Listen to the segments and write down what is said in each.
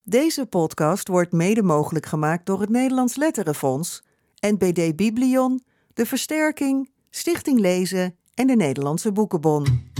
Deze podcast wordt mede mogelijk gemaakt door het Nederlands Letterenfonds, NPD Biblion, De Versterking, Stichting Lezen en de Nederlandse Boekenbon.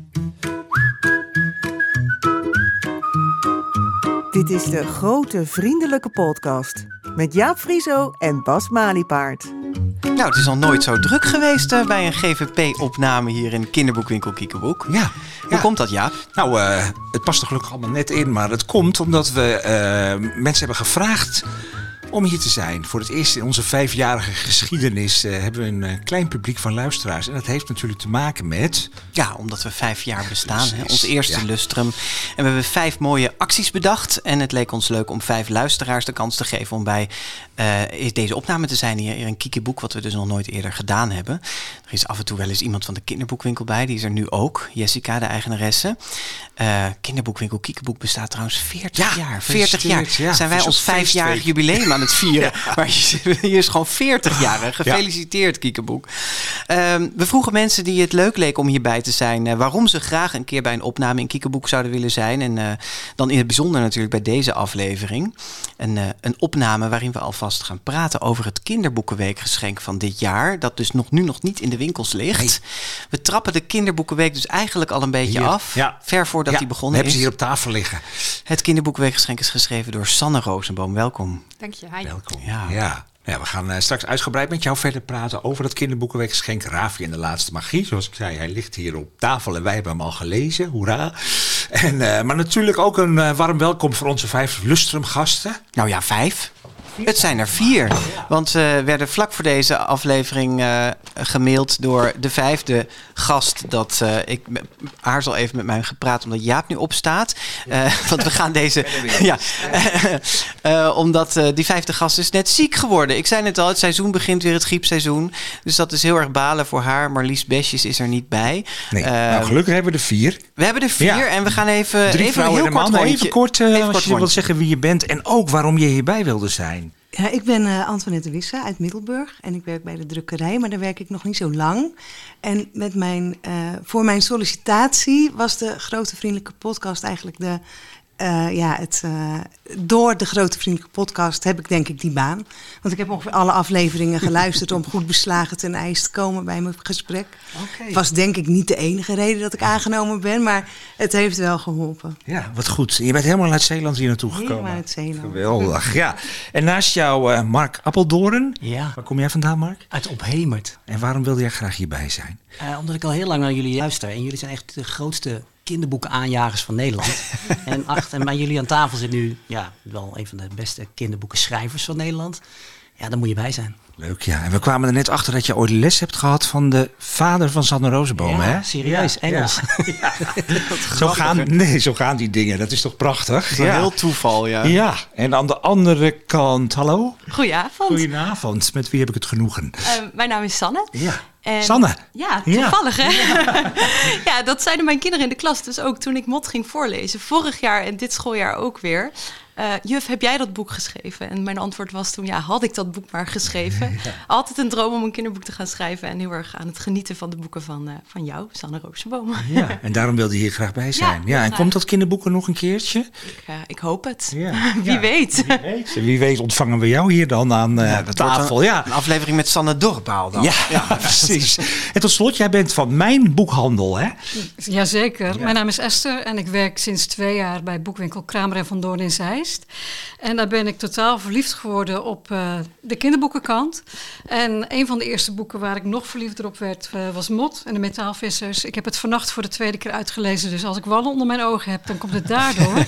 Dit is de Grote Vriendelijke Podcast met Jaap Frieso en Bas Maliepaard. Nou, het is al nooit zo druk geweest bij een GVP-opname hier in kinderboekwinkel Kiekeboek. Ja. Hoe komt dat, Jaap? Nou, het past er gelukkig allemaal net in, maar het komt omdat we mensen hebben gevraagd om hier te zijn. Voor het eerst in onze 5-jarige geschiedenis hebben we een klein publiek van luisteraars. En dat heeft natuurlijk te maken met... Ja, omdat we 5 jaar bestaan, hè? Ons eerste lustrum. En we hebben 5 mooie acties bedacht. En het leek ons leuk om 5 luisteraars de kans te geven om bij deze opname te zijn hier in Kiekeboek, wat we dus nog nooit eerder gedaan hebben. Er is af en toe wel eens iemand van de kinderboekwinkel bij. Die is er nu ook. Jessica, de eigenaresse. Kinderboekwinkel Kiekeboek bestaat trouwens 40 jaar. 40 jaar. Ja, zijn wij ons 5-jarig jubileum aan het vieren. Ja. Maar hier is gewoon 40 jaar. Gefeliciteerd, Kiekeboek. We vroegen mensen die het leuk leek om hierbij te zijn, waarom ze graag een keer bij een opname in Kiekeboek zouden willen zijn. En dan in het bijzonder natuurlijk bij deze aflevering. Een opname waarin we alvast gaan praten over het kinderboekenweekgeschenk van dit jaar. Dat dus nu nog niet in de winkels ligt. Nee. We trappen de kinderboekenweek dus eigenlijk al een beetje af. Ja. Ver voordat die begonnen is. Hebben ze hier op tafel liggen. Het kinderboekenweekgeschenk is geschreven door Sanne Rozenboom. Welkom. Dank je. Hi. Welkom. Ja, we gaan straks uitgebreid met jou verder praten over het kinderboekenweekgeschenk Ravi en de Laatste Magie. Zoals ik zei, hij ligt hier op tafel en wij hebben hem al gelezen. Hoera. Maar natuurlijk ook een warm welkom voor onze 5 lustrumgasten. Nou ja, 5. Het zijn er 4, want we werden vlak voor deze aflevering gemaild door de 5e gast. Ik aarzel even met mij gepraat omdat Jaap nu opstaat. Want we gaan deze... omdat die 5e gast is net ziek geworden. Ik zei net al, het seizoen begint weer, het griepseizoen. Dus dat is heel erg balen voor haar. Marlies Besjes is er niet bij. Nee, gelukkig hebben we er 4. We hebben er 4 en we gaan even... 3 vrouwen en een man. Even kort, als je wilt zeggen wie je bent en ook waarom je hierbij wilde zijn. Ja, ik ben Antoinette Wissa uit Middelburg en ik werk bij de drukkerij, maar daar werk ik nog niet zo lang. En voor mijn sollicitatie was de Grote Vriendelijke Podcast eigenlijk door de Grote Vriendelijke Podcast heb ik denk ik die baan. Want ik heb ongeveer alle afleveringen geluisterd om goed beslagen ten ijs te komen bij mijn gesprek. Okay. Was denk ik niet de enige reden dat ik aangenomen ben, maar het heeft wel geholpen. Ja, wat goed. Je bent helemaal uit Zeeland hier naartoe gekomen. Helemaal uit Zeeland. Geweldig, ja. En naast jou Mark Appeldoorn. Ja. Waar kom jij vandaan, Mark? Uit Ophemert. En waarom wilde jij graag hierbij zijn? Omdat ik al heel lang naar jullie luister. En jullie zijn echt de grootste kinderboekenaanjagers van Nederland. En bij jullie aan tafel zit nu wel een van de beste kinderboekenschrijvers van Nederland. Ja, daar moet je bij zijn. Leuk, ja. En we kwamen er net achter dat je ooit les hebt gehad van de vader van Sanne Rozenboom, hè? Serieus, Engels. Ja. Zo gaan die dingen. Dat is toch prachtig? Dat is heel toeval, ja. Ja, en aan de andere kant, hallo? Goedenavond. Goedenavond. Met wie heb ik het genoegen? Mijn naam is Sanne. Ja. En, Sanne? Ja, toevallig hè? Ja, dat zeiden mijn kinderen in de klas dus ook toen ik Mot ging voorlezen. Vorig jaar en dit schooljaar ook weer. Juf, heb jij dat boek geschreven? En mijn antwoord was toen, had ik dat boek maar geschreven. Ja. Altijd een droom om een kinderboek te gaan schrijven. En heel erg aan het genieten van de boeken van jou, Sanne Rozenboom. Ja, en daarom wilde je hier graag bij zijn. Ja, en komt dat kinderboeken nog een keertje? Ik hoop het. Ja. Wie weet. Wie weet ontvangen we jou hier dan aan tafel. Een aflevering met Sanne Dorpaal dan. Ja, precies. En tot slot, jij bent van Mijn Boekhandel, hè? Jazeker. Ja. Mijn naam is Esther en ik werk sinds 2 jaar bij boekwinkel Kramer en Van Doorn in Zeist. En daar ben ik totaal verliefd geworden op de kinderboekenkant. En een van de eerste boeken waar ik nog verliefder op werd was Mot en de Metaalvissers. Ik heb het vannacht voor de 2e keer uitgelezen, dus als ik wallen onder mijn ogen heb, dan komt het daardoor.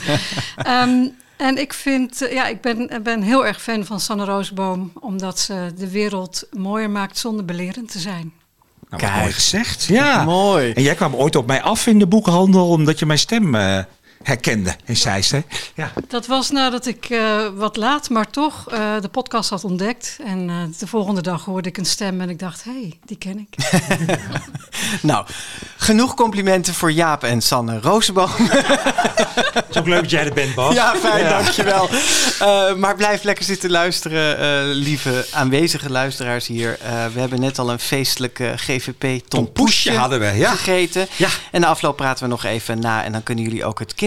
En ik vind, ik ben heel erg fan van Sanne Rozenboom, omdat ze de wereld mooier maakt zonder belerend te zijn. Nou, wat mooi gezegd. Ja, mooi. En jij kwam ooit op mij af in de boekhandel omdat je mijn stem herkende in Zeist, hè? Ja. Dat was nadat ik wat laat, maar toch de podcast had ontdekt. En de volgende dag hoorde ik een stem en ik dacht, die ken ik. Nou, genoeg complimenten voor Jaap en Sanne Rozenboom. Het is ook leuk dat jij er bent, Bas. Ja, fijn, dankjewel. Maar blijf lekker zitten luisteren, lieve aanwezige luisteraars hier. We hebben net al een feestelijke GVP tompoesje hadden we, gegeten. Ja. En de afloop praten we nog even na en dan kunnen jullie ook het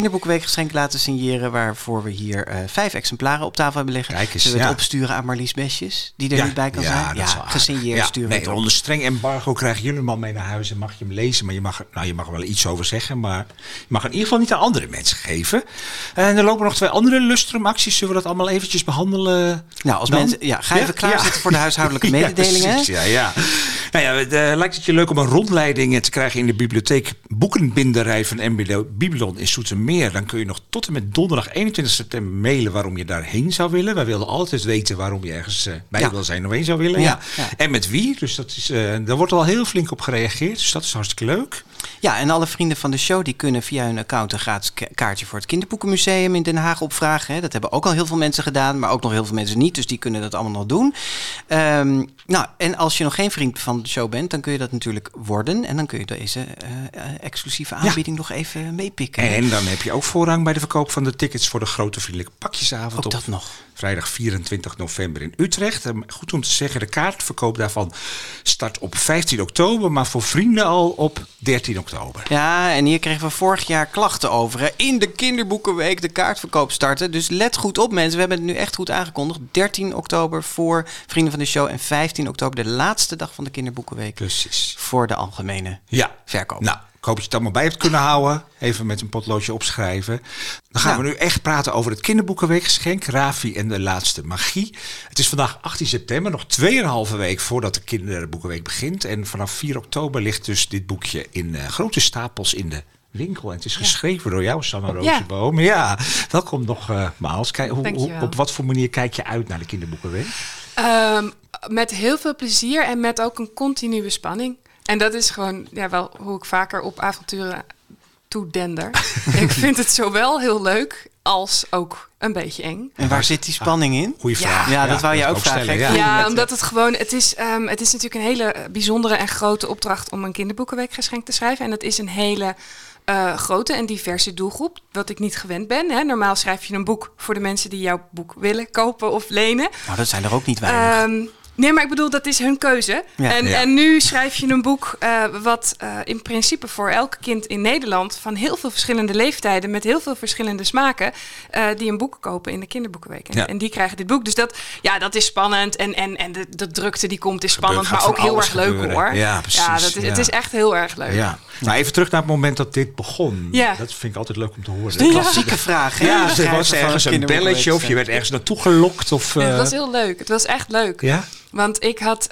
kinderboekenweekgeschenk laten signeren, waarvoor we hier 5 exemplaren op tafel hebben liggen. Kijk eens, zullen we het opsturen aan Marlies Besjes, die er niet bij kan zijn? Dat zal gesigneerd sturen we het op. Onder streng embargo krijgen jullie hem al mee naar huis en mag je hem lezen. Maar je mag er wel iets over zeggen, maar je mag in ieder geval niet aan andere mensen geven. En er lopen nog 2 andere lustrumacties. Zullen we dat allemaal eventjes behandelen? Nou, als mensen, ga even klaarzitten voor de huishoudelijke mededelingen. Precies, ja. Nou ja, lijkt het je leuk om een rondleiding te krijgen in de bibliotheek Boekenbinderij van MBO Bibelon in Zoetermeer. Dan kun je nog tot en met donderdag 21 september mailen waarom je daarheen zou willen. Wij wilden altijd weten waarom je ergens bij wil zijn of heen zou willen. Ja. En met wie. Dus dat is, daar wordt al heel flink op gereageerd. Dus dat is hartstikke leuk. Ja, en alle vrienden van de show die kunnen via hun account een gratis kaartje voor het Kinderboekenmuseum in Den Haag opvragen. Hè. Dat hebben ook al heel veel mensen gedaan, maar ook nog heel veel mensen niet. Dus die kunnen dat allemaal nog doen. Nou, en als je nog geen vriend van de show bent, dan kun je dat natuurlijk worden. En dan kun je deze exclusieve aanbieding nog even meepikken. En dan heb je ook voorrang bij de verkoop van de tickets voor de grote vriendelijke pakjesavond. Ook dat nog. Vrijdag 24 november in Utrecht. Goed om te zeggen, de kaartverkoop daarvan start op 15 oktober, maar voor vrienden al op 13 oktober. Ja, en hier kregen we vorig jaar klachten over. Hè. In de Kinderboekenweek de kaartverkoop starten. Dus let goed op, mensen. We hebben het nu echt goed aangekondigd. 13 oktober voor vrienden van de show en 15 oktober de laatste dag van de Kinderboekenweek. Precies. Voor de algemene verkoop. Nou, ik hoop dat je het allemaal bij hebt kunnen houden. Even met een potloodje opschrijven. Dan gaan we nu echt praten over het Kinderboekenweekgeschenk. Ravi en de laatste magie. Het is vandaag 18 september, nog 2,5 week voordat de Kinderboekenweek begint. En vanaf 4 oktober ligt dus dit boekje in grote stapels in de winkel. En het is geschreven door jou, Sanne Roosjeboom. Ja, welkom nogmaals. Op wat voor manier kijk je uit naar de Kinderboekenweek? Met heel veel plezier en met ook een continue spanning. En dat is gewoon wel hoe ik vaker op avonturen toedender. Ik vind het zowel heel leuk als ook een beetje eng. En waar zit die spanning in? Goeie vraag. Ja, dat wou je ook vragen. Ja, omdat het gewoon... Het is natuurlijk een hele bijzondere en grote opdracht om een kinderboekenweekgeschenk te schrijven. En dat is een hele grote en diverse doelgroep, wat ik niet gewend ben. Hè. Normaal schrijf je een boek voor de mensen die jouw boek willen kopen of lenen. Nou, dat zijn er ook niet weinig. Nee, maar ik bedoel, dat is hun keuze. Ja. En nu schrijf je een boek wat in principe voor elk kind in Nederland van heel veel verschillende leeftijden met heel veel verschillende smaken die een boek kopen in de Kinderboekenweek. En die krijgen dit boek. Dus dat is spannend. En de drukte die komt is spannend, maar ook heel erg leuk hoor. Ja, precies. Het is echt heel erg leuk. Ja. Nou, even terug naar het moment dat dit begon. Ja. Dat vind ik altijd leuk om te horen. De klassieke vraag. Ja, er was ergens een belletje of je werd ergens naartoe gelokt. Of, Het was heel leuk. Het was echt leuk. Ja? Want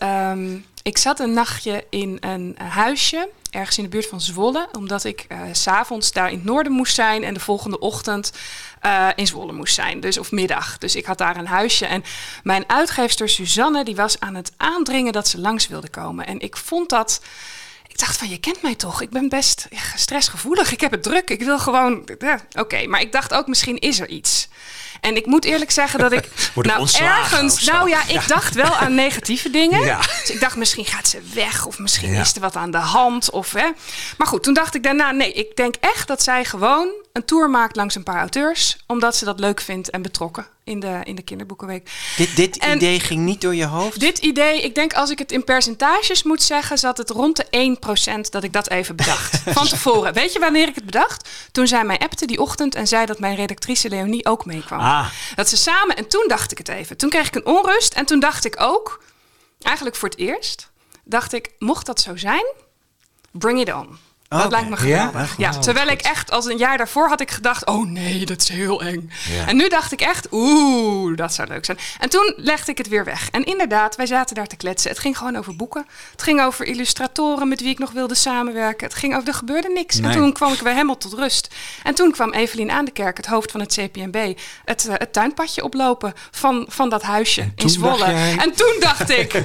ik zat een nachtje in een huisje, ergens in de buurt van Zwolle. Omdat ik 's avonds daar in het noorden moest zijn en de volgende ochtend in Zwolle moest zijn. Dus, of middag. Dus ik had daar een huisje. En mijn uitgeefster Suzanne, die was aan het aandringen dat ze langs wilde komen. En ik vond dat... Ik dacht van, je kent mij toch? Ik ben best stressgevoelig. Ik heb het druk. Ik wil gewoon... Oké, maar ik dacht ook, misschien is er iets. En ik moet eerlijk zeggen dat ik ergens... ik dacht wel aan negatieve dingen. Ja. Dus ik dacht, misschien gaat ze weg. Of misschien is er wat aan de hand. Maar goed, toen dacht ik daarna... Nee, ik denk echt dat zij gewoon een tour maakt langs een paar auteurs. Omdat ze dat leuk vindt en betrokken in de Kinderboekenweek. Dit idee ging niet door je hoofd? Dit idee, ik denk als ik het in percentages moet zeggen... zat het rond de 1% dat ik dat even bedacht. Van tevoren. Weet je wanneer ik het bedacht? Toen zij mij appte die ochtend en zei dat mijn redactrice Leonie ook meekwam. Dat ze samen, en toen dacht ik het even. Toen kreeg ik een onrust en toen dacht ik ook... Eigenlijk voor het eerst dacht ik, mocht dat zo zijn, bring it on. Dat lijkt me geweldig. Ja, terwijl ik echt als een jaar daarvoor had ik gedacht... oh nee, dat is heel eng. Ja. En nu dacht ik echt, dat zou leuk zijn. En toen legde ik het weer weg. En inderdaad, wij zaten daar te kletsen. Het ging gewoon over boeken. Het ging over illustratoren met wie ik nog wilde samenwerken. Het ging over, er gebeurde niks. Nee. En toen kwam ik weer helemaal tot rust. En toen kwam Evelien Aandekerk, het hoofd van het CPNB... het tuinpadje oplopen van dat huisje in Zwolle. En toen dacht ik,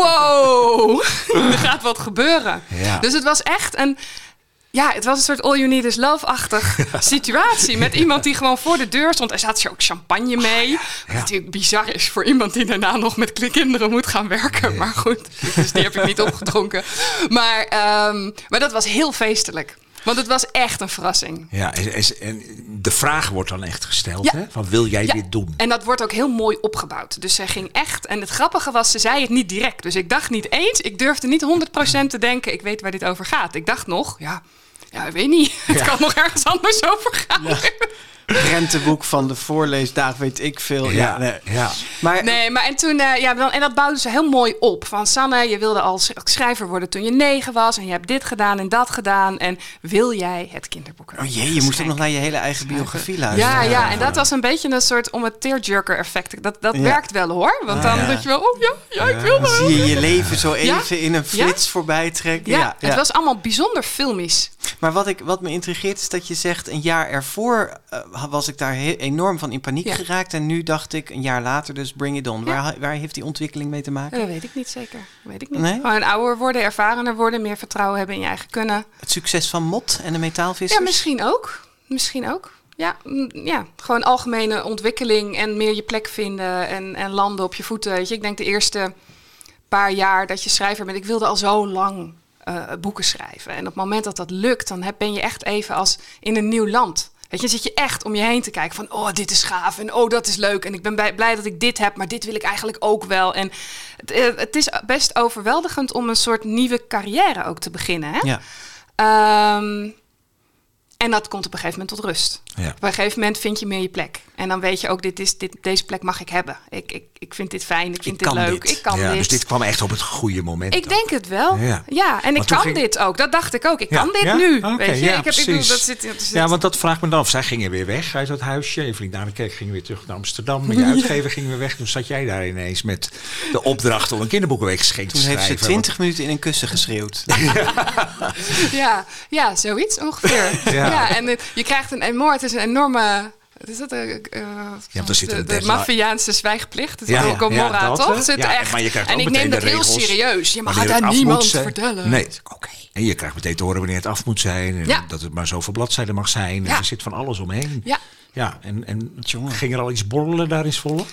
wow, er gaat wat gebeuren. Ja. Dus het was echt een... Ja, het was een soort all you need is love-achtig situatie. Met iemand die gewoon voor de deur stond. Er zat ook champagne mee. Wat natuurlijk bizar is voor iemand die daarna nog met kinderen moet gaan werken. Ja. Maar goed, dus die heb ik niet opgedronken. Maar dat was heel feestelijk. Want het was echt een verrassing. Ja, en de vraag wordt dan echt gesteld. Hè? Van, wil jij dit doen? En dat wordt ook heel mooi opgebouwd. Dus zij ging echt... En het grappige was, ze zei het niet direct. Dus ik dacht niet eens... Ik durfde niet 100% te denken... Ik weet waar dit over gaat. Ik dacht nog... Ja, ik weet niet. Het kan nog ergens anders over gaan. Ja. Renteboek van de voorleesdag, weet ik veel. Ja. Maar en toen, en dat bouwde ze heel mooi op. Van Sanne, je wilde al schrijver worden toen je 9 was. En je hebt dit gedaan en dat gedaan. En wil jij het kinderboek? Je moest ook nog naar je hele eigen biografie luisteren. Ja, en dat was een beetje een soort om het tearjerker effect. Dat werkt wel hoor. Want dan dat je wel, ik wil dat. Zie je je leven zo even in een flits voorbij trekken. Ja, het was allemaal bijzonder filmisch. Maar wat me intrigeert is dat je zegt, een jaar ervoor was ik daar enorm van in paniek geraakt. En nu dacht ik, een jaar later, dus bring it on. Ja. Waar heeft die ontwikkeling mee te maken? Dat weet ik niet zeker. Nee? Gewoon ouder worden, ervarener worden, meer vertrouwen hebben in je eigen kunnen. Het succes van Mot en de metaalvissers? Ja, misschien ook. Ja, gewoon algemene ontwikkeling en meer je plek vinden en landen op je voeten. Weet je. Ik denk de eerste paar jaar dat je schrijver bent, ik wilde al zo lang boeken schrijven. En op het moment dat dat lukt, dan ben je echt even als in een nieuw land. Weet je, dan zit je echt om je heen te kijken van, oh, dit is gaaf en oh, dat is leuk. En ik ben blij dat ik dit heb, maar dit wil ik eigenlijk ook wel. En het is best overweldigend om een soort nieuwe carrière ook te beginnen. Hè? Ja. En dat komt op een gegeven moment tot rust. Ja. Op een gegeven moment vind je meer je plek. En dan weet je ook, deze plek mag ik hebben. Ik vind dit fijn, ik vind dit leuk. Ik kan dit. Dus dit kwam echt op het goede moment. Ik denk het wel. Ja, en ik kan dit ook. Dat dacht ik ook. Ik kan dit nu. Okay, weet je? Ja, want dat vraagt me dan af. Zij gingen weer weg uit dat huisje. Evelien Danekerk ging weer terug naar Amsterdam. En je uitgever ging weer weg. Toen zat jij daar ineens met de opdracht om een kinderboekenweekgeschenk te schrijven. Toen heeft ze 20 minuten in een kussen geschreeuwd. Ja, zoiets ongeveer. Ja, en je krijgt het is een enorme... Is dat de maffiaanse zwijgplicht? Het is ook Gomorra, toch? Zit echt. Maar je krijgt en ook ik neem dat heel serieus. Je mag het aan niemand vertellen. Nee. Okay. En je krijgt meteen te horen wanneer het af moet zijn. En dat het maar zoveel bladzijden mag zijn. En er zit van alles omheen. Ja, en ging er al iets borrelen daar in Zwolle?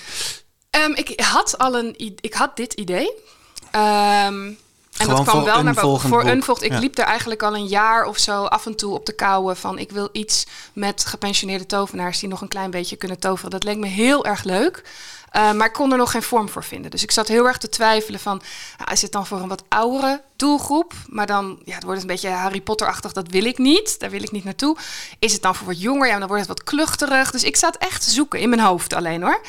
Ik had dit idee. En gewoon dat kwam wel naar boven. Voor Unvolgt. Ik liep er eigenlijk al een jaar of zo af en toe op de kouwen van, ik wil iets met gepensioneerde tovenaars die nog een klein beetje kunnen toveren. Dat leek me heel erg leuk. Maar ik kon er nog geen vorm voor vinden. Dus ik zat heel erg te twijfelen van, is het dan voor een wat oudere doelgroep? Maar dan het wordt een beetje Harry Potter-achtig. Dat wil ik niet. Daar wil ik niet naartoe. Is het dan voor wat jonger? Ja, dan wordt het wat kluchterig. Dus ik zat echt te zoeken in mijn hoofd alleen hoor.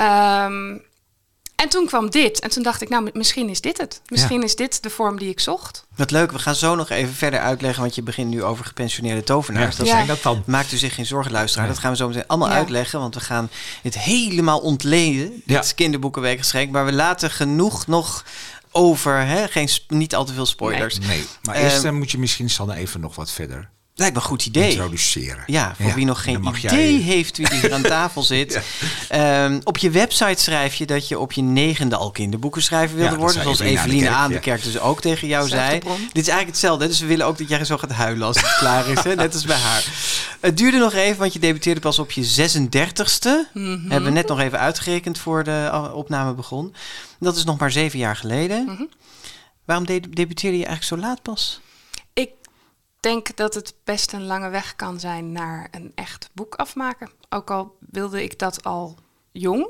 En toen kwam dit. En toen dacht ik, misschien is dit het. Misschien is dit de vorm die ik zocht. Wat leuk. We gaan zo nog even verder uitleggen. Want je begint nu over gepensioneerde tovenaars. Maakt u zich geen zorgen, luisteraar. Dat gaan we zo meteen allemaal uitleggen. Want we gaan het helemaal ontleden. Dit kinderboekenweekgeschenk. Maar we laten genoeg nog over. Niet al te veel spoilers. Nee. Maar eerst moet je misschien, Sanne, even nog wat verder... Lijkt me een goed idee. Introduceren. Ja, voor wie nog geen idee heeft wie hier aan tafel zit. Op je website schrijf je dat je op je 9e al kinderboekenschrijver wilde worden. Zoals Evelien Aandekerk dus ook tegen jou zei. Dit is eigenlijk hetzelfde. Dus we willen ook dat jij zo gaat huilen als het klaar is. Hè? Net als bij haar. Het duurde nog even, want je debuteerde pas op je 36e. Hebben we net nog even uitgerekend voor de opname begon. Dat is nog maar 7 jaar geleden. Waarom debuteerde je eigenlijk zo laat pas? Ik denk dat het best een lange weg kan zijn naar een echt boek afmaken. Ook al wilde ik dat al jong.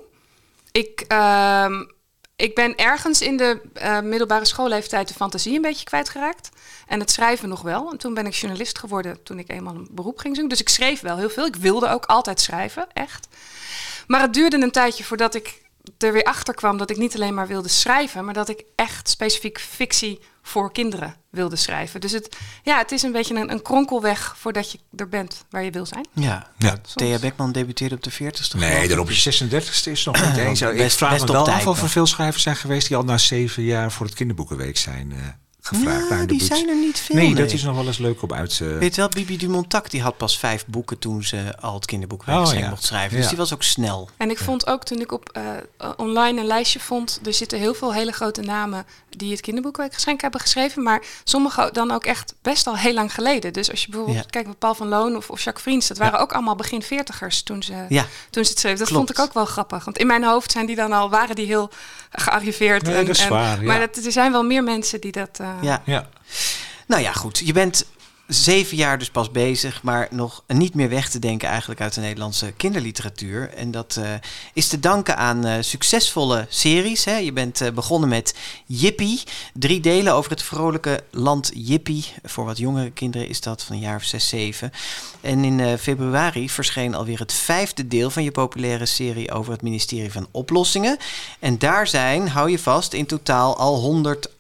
Ik ben ergens in de middelbare schoolleeftijd de fantasie een beetje kwijtgeraakt. En het schrijven nog wel. En toen ben ik journalist geworden toen ik eenmaal een beroep ging zoeken. Dus ik schreef wel heel veel. Ik wilde ook altijd schrijven, echt. Maar het duurde een tijdje voordat ik er weer achter kwam dat ik niet alleen maar wilde schrijven, maar dat ik echt specifiek fictie voor kinderen wilde schrijven. Dus het is een beetje een kronkelweg voordat je er bent waar je wil zijn. Ja. Thea Beckman debuteerde op de 40ste. Nee, dan op je 36ste is nog niet eens. Ik vraag me wel af of er veel schrijvers zijn geweest die al na 7 jaar voor het kinderboekenweek zijn gevraagd. Die zijn er niet veel. Nee, dat is nog wel eens leuk om uit... Weet wel, Bibi Dumontac die had pas 5 boeken toen ze al het kinderboekweek mocht schrijven. Dus die was ook snel. En ik vond ook toen ik op online een lijstje vond, er zitten heel veel hele grote namen die het kinderboekweekgeschenk hebben geschreven, maar sommige dan ook echt best al heel lang geleden. Dus als je bijvoorbeeld kijkt naar Paul van Loon of Jacques Vriends, dat waren ook allemaal begin 40ers toen ze het schreven. Dat vond ik ook wel grappig. Want in mijn hoofd zijn die dan al, waren die heel gearriveerd. Nee, dat is waar. Maar er zijn wel meer mensen die dat... Nou ja, goed. Je bent 7 jaar dus pas bezig, maar nog niet meer weg te denken eigenlijk uit de Nederlandse kinderliteratuur. En dat is te danken aan succesvolle series. Hè. Je bent begonnen met Jippie. 3 delen over het vrolijke land Jippie. Voor wat jongere kinderen is dat van een jaar of 6, 7. En in februari verscheen alweer het 5e deel van je populaire serie over het ministerie van Oplossingen. En daar zijn, hou je vast, in totaal al 188.000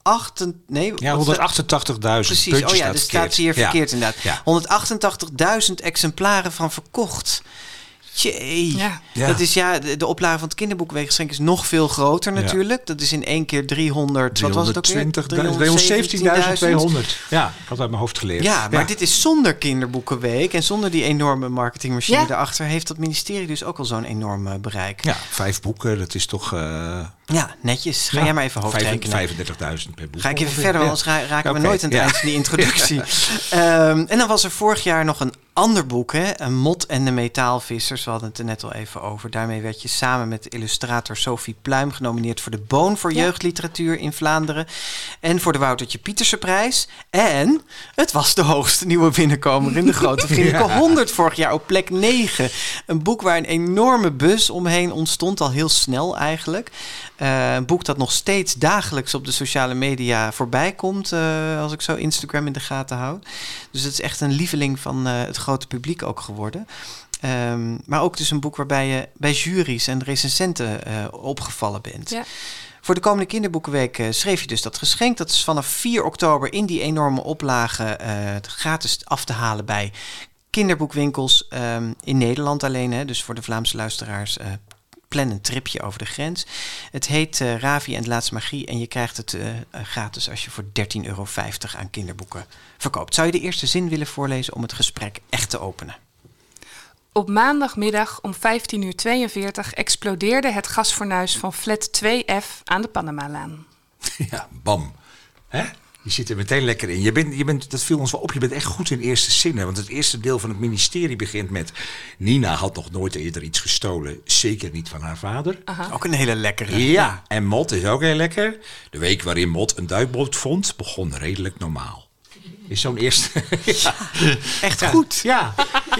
Precies, puntjes dus staat hier verkeerd inderdaad. Ja. 188.000 exemplaren van verkocht. Jee. Ja. Dat is de oplage van het kinderboekenweekgeschenk is nog veel groter natuurlijk. Dat is in één keer 300. Wat was het ook weer? 317.200. Ja, ik had uit mijn hoofd geleerd. Ja, maar dit is zonder kinderboekenweek en zonder die enorme marketingmachine erachter heeft dat ministerie dus ook al zo'n enorm bereik. Ja, 5 boeken, dat is toch... Ja, netjes. Ga jij maar even hoofdrekenen. 35.000 per boek. Ga ik even verder, want anders raken we nooit aan het eind van die introductie. En dan was er vorig jaar nog een ander boek, hè? Een Mot en de Metaalvissers. We hadden het er net al even over. Daarmee werd je samen met illustrator Sophie Pluim genomineerd voor de Boon voor jeugdliteratuur in Vlaanderen. En voor de Woutertje Pietersenprijs. En het was de hoogste nieuwe binnenkomer in de Grote Vriendelijke 100 vorig jaar op plek 9. Een boek waar een enorme buzz omheen ontstond, al heel snel eigenlijk. Een boek dat nog steeds dagelijks op de sociale media voorbij komt, als ik zo Instagram in de gaten houd. Dus het is echt een lieveling van het grote publiek ook geworden. Maar ook dus een boek waarbij je bij juries en recensenten opgevallen bent. Ja. Voor de komende kinderboekenweek schreef je dus dat geschenk. Dat is vanaf 4 oktober in die enorme oplage gratis af te halen bij kinderboekwinkels in Nederland alleen. Hè, dus voor de Vlaamse luisteraars... plan een tripje over de grens. Het heet Ravi en de Laatste Magie en je krijgt het gratis als je voor €13,50 aan kinderboeken verkoopt. Zou je de eerste zin willen voorlezen om het gesprek echt te openen? Op maandagmiddag om 15:42 explodeerde het gasfornuis van flat 2F aan de Panamalaan. Ja, bam. Hè? Je zit er meteen lekker in. Je bent, dat viel ons wel op, je bent echt goed in eerste zinnen. Want het eerste deel van het ministerie begint met... Nina had nog nooit eerder iets gestolen. Zeker niet van haar vader. Aha. Ook een hele lekkere. Ja, en Mot is ook heel lekker. De week waarin Mot een duikboot vond, begon redelijk normaal. Is zo'n eerste... Echt goed. Ja.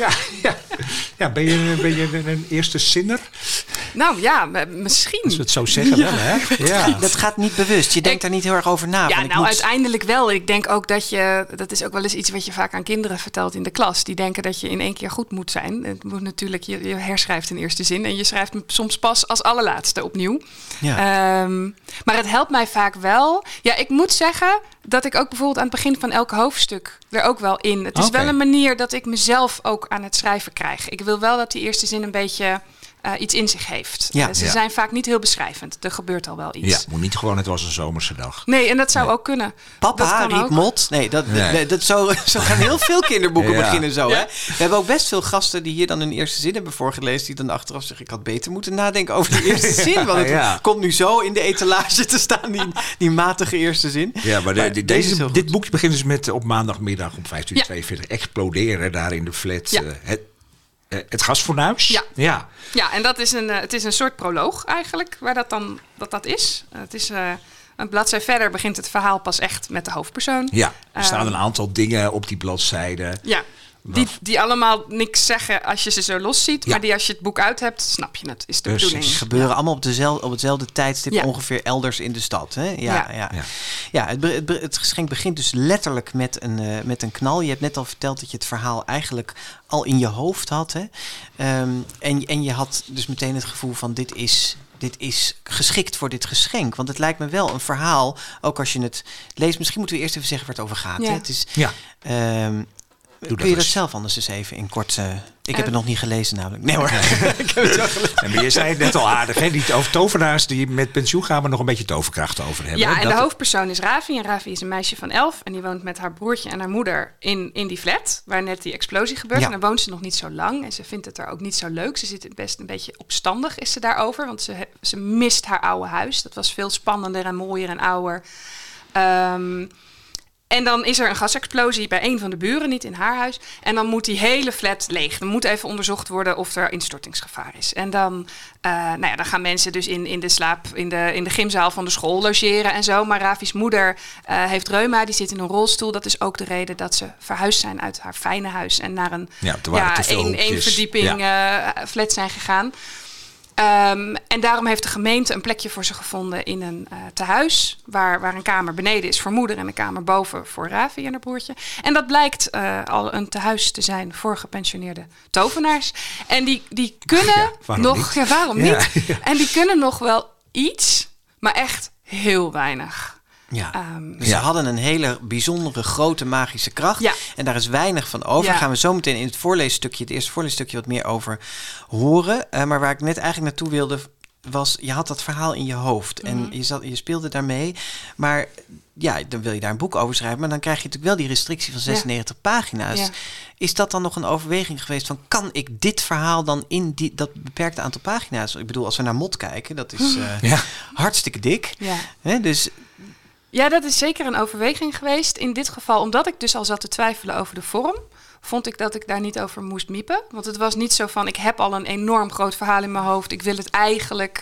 Ben je een eerste zinner? Nou ja, misschien. Als we het zo zeggen wel, hè? Ja. Dat gaat niet bewust. Je denkt daar niet heel erg over na. Ja, uiteindelijk wel. Ik denk ook dat is ook wel eens iets wat je vaak aan kinderen vertelt in de klas. Die denken dat je in één keer goed moet zijn. Het moet natuurlijk, je herschrijft een eerste zin en je schrijft hem soms pas als allerlaatste opnieuw. Ja. Maar het helpt mij vaak wel. Ja, ik moet zeggen dat ik ook bijvoorbeeld aan het begin van elk hoofdstuk er ook wel in. Het is wel een manier dat ik mezelf ook aan het schrijven krijg. Ik wil wel dat die eerste zin een beetje iets in zich heeft. Ja. Ze zijn vaak niet heel beschrijvend. Er gebeurt al wel iets. Ja, moet niet gewoon het was een zomerse dag. Nee, en dat zou ook kunnen. Papa riep Mot. Zo gaan heel veel kinderboeken beginnen zo. Ja. Hè? We hebben ook best veel gasten die hier dan een eerste zin hebben voorgelezen. Die dan achteraf zeggen, ik had beter moeten nadenken over die eerste zin. Want het komt nu zo in de etalage te staan, die matige eerste zin. Ja, maar dit boekje begint dus met op maandagmiddag om 15:42 exploderen daar in de flat. Ja. Het gasfornuis? Ja, en het is een soort proloog eigenlijk, waar dat is. Het is een bladzij verder begint het verhaal pas echt met de hoofdpersoon. Ja, er staan een aantal dingen op die bladzijde. Ja, die allemaal niks zeggen als je ze zo los ziet. Ja. Maar die als je het boek uit hebt, snap je het, is de bedoeling. Ze gebeuren allemaal op hetzelfde tijdstip ongeveer elders in de stad. Hè? Ja, het geschenk begint dus letterlijk met een knal. Je hebt net al verteld dat je het verhaal eigenlijk al in je hoofd had. Hè? En je had dus meteen het gevoel van dit is geschikt voor dit geschenk. Want het lijkt me wel een verhaal, ook als je het leest. Misschien moeten we eerst even zeggen waar het over gaat. Ja. Hè? Het is... Kun je dat zelf anders eens even in kort... ik heb het nog niet gelezen namelijk. Nee hoor. Ik heb het wel gelezen. Maar je zei het net al aardig. Hè? Die tovenaars die met pensioen gaan, maar nog een beetje toverkracht over hebben. Ja, en de hoofdpersoon is Ravi. En Ravi is een meisje van 11. En die woont met haar broertje en haar moeder in die flat. Waar net die explosie gebeurt. Ja. En daar woont ze nog niet zo lang. En ze vindt het er ook niet zo leuk. Ze zit best een beetje opstandig is ze daarover. Want ze mist haar oude huis. Dat was veel spannender en mooier en ouder. En dan is er een gasexplosie bij een van de buren, niet in haar huis. En dan moet die hele flat leeg. Dan moet even onderzocht worden of er instortingsgevaar is. En dan, dan gaan mensen dus in de gymzaal van de school logeren en zo. Maar Ravi's moeder heeft reuma, die zit in een rolstoel. Dat is ook de reden dat ze verhuisd zijn uit haar fijne huis en naar een één verdieping flat zijn gegaan. En daarom heeft de gemeente een plekje voor ze gevonden in een tehuis. Waar een kamer beneden is voor moeder en een kamer boven voor Ravi en haar broertje. En dat blijkt al een tehuis te zijn voor gepensioneerde tovenaars. En die kunnen waarom niet? Ja. En die kunnen nog wel iets, maar echt heel weinig. Ja, ze hadden een hele bijzondere grote magische kracht. Ja. En daar is weinig van over. Daar gaan we zo meteen in het eerste voorleesstukje wat meer over horen. Maar waar ik net eigenlijk naartoe wilde was, je had dat verhaal in je hoofd. En je speelde daarmee. Maar ja, dan wil je daar een boek over schrijven. Maar dan krijg je natuurlijk wel die restrictie van 96 pagina's. Ja. Is dat dan nog een overweging geweest van, kan ik dit verhaal dan in dat beperkte aantal pagina's? Ik bedoel, als we naar Mot kijken, dat is hartstikke dik. Ja. Dus... Ja, dat is zeker een overweging geweest. In dit geval, omdat ik dus al zat te twijfelen over de vorm, vond ik dat ik daar niet over moest miepen. Want het was niet zo van, ik heb al een enorm groot verhaal in mijn hoofd. Ik wil het eigenlijk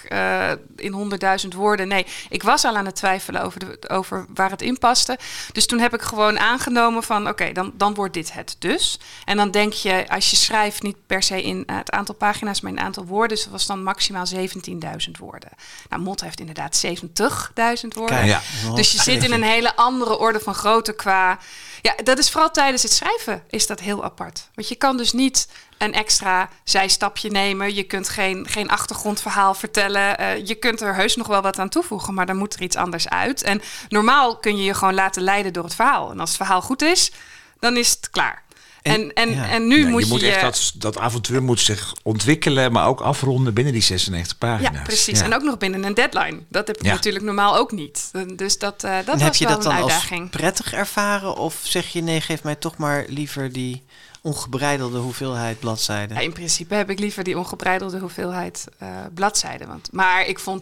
in 100.000 woorden. Nee, ik was al aan het twijfelen over waar het in paste. Dus toen heb ik gewoon aangenomen van, oké, dan wordt dit het dus. En dan denk je, als je schrijft niet per se in het aantal pagina's, maar in het aantal woorden. Dus dat was dan maximaal 17.000 woorden. Nou, Mot heeft inderdaad 70.000 woorden. Ja, dus je zit in een hele andere orde van grootte qua... Ja, dat is vooral tijdens het schrijven is dat heel apart. Want je kan dus niet een extra zijstapje nemen. Je kunt geen achtergrondverhaal vertellen. Je kunt er heus nog wel wat aan toevoegen, maar dan moet er iets anders uit. En normaal kun je je gewoon laten leiden door het verhaal. En als het verhaal goed is, dan is het klaar. En nu moet je echt dat avontuur moet zich ontwikkelen, maar ook afronden binnen die 96 pagina's. Ja, precies. Ja. En ook nog binnen een deadline. Dat heb ik natuurlijk normaal ook niet. Dus dat was wel een uitdaging. Heb je dat dan als prettig ervaren? Of zeg je, nee, geef mij toch maar liever die ongebreidelde hoeveelheid bladzijden? Ja, in principe heb ik liever die ongebreidelde hoeveelheid bladzijden. Maar ik vond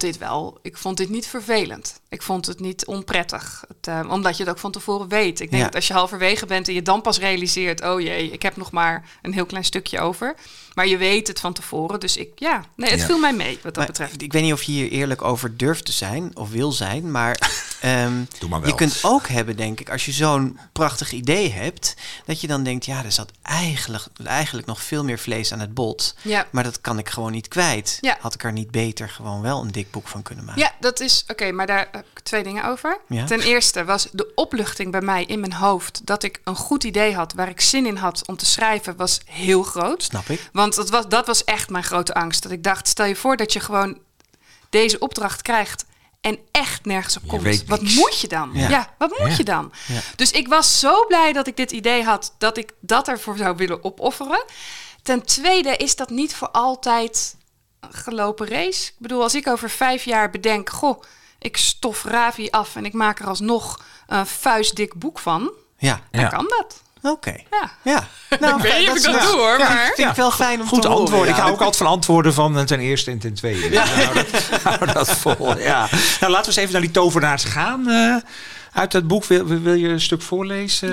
dit niet vervelend. Ik vond het niet onprettig. Omdat je het ook van tevoren weet. Ik denk dat als je halverwege bent en je dan pas realiseert, oh jee, ik heb nog maar een heel klein stukje over. Maar je weet het van tevoren. Dus het viel mij mee wat dat betreft. Ik weet niet of je hier eerlijk over durft te zijn of wil zijn. Maar, doe maar wel. Je kunt ook hebben, denk ik, als je zo'n prachtig idee hebt, dat je dan denkt, ja, er zat eigenlijk nog veel meer vlees aan het bot. Ja. Maar dat kan ik gewoon niet kwijt. Ja. Had ik er niet beter gewoon wel een dik boek van kunnen maken? Ja, dat is oké, maar daar heb ik 2 dingen over. Ja? Ten eerste was de opluchting bij mij in mijn hoofd dat ik een goed idee had waar ik zin in had om te schrijven, was heel groot. Snap ik. Want dat was echt mijn grote angst. Dat ik dacht, stel je voor dat je gewoon deze opdracht krijgt en echt nergens op komt. Wat moet je dan? Ja, wat moet je dan? Ja. Dus ik was zo blij dat ik dit idee had, dat ik dat ervoor zou willen opofferen. Ten tweede is dat niet voor altijd een gelopen race. Ik bedoel, als ik over 5 jaar bedenk, ik stof Ravi af en ik maak er alsnog een vuistdik boek van, dan kan dat. Oké. Ja. Nou, ik weet niet of ik dat doe hoor, maar... Vind ik wel fijn om te antwoorden. horen. Ik hou ook altijd van antwoorden van ten eerste en ten tweede. Ja. Hou dat vol. Ja. Nou, laten we eens even naar die tovenaars gaan. Uit dat boek, wil je een stuk voorlezen?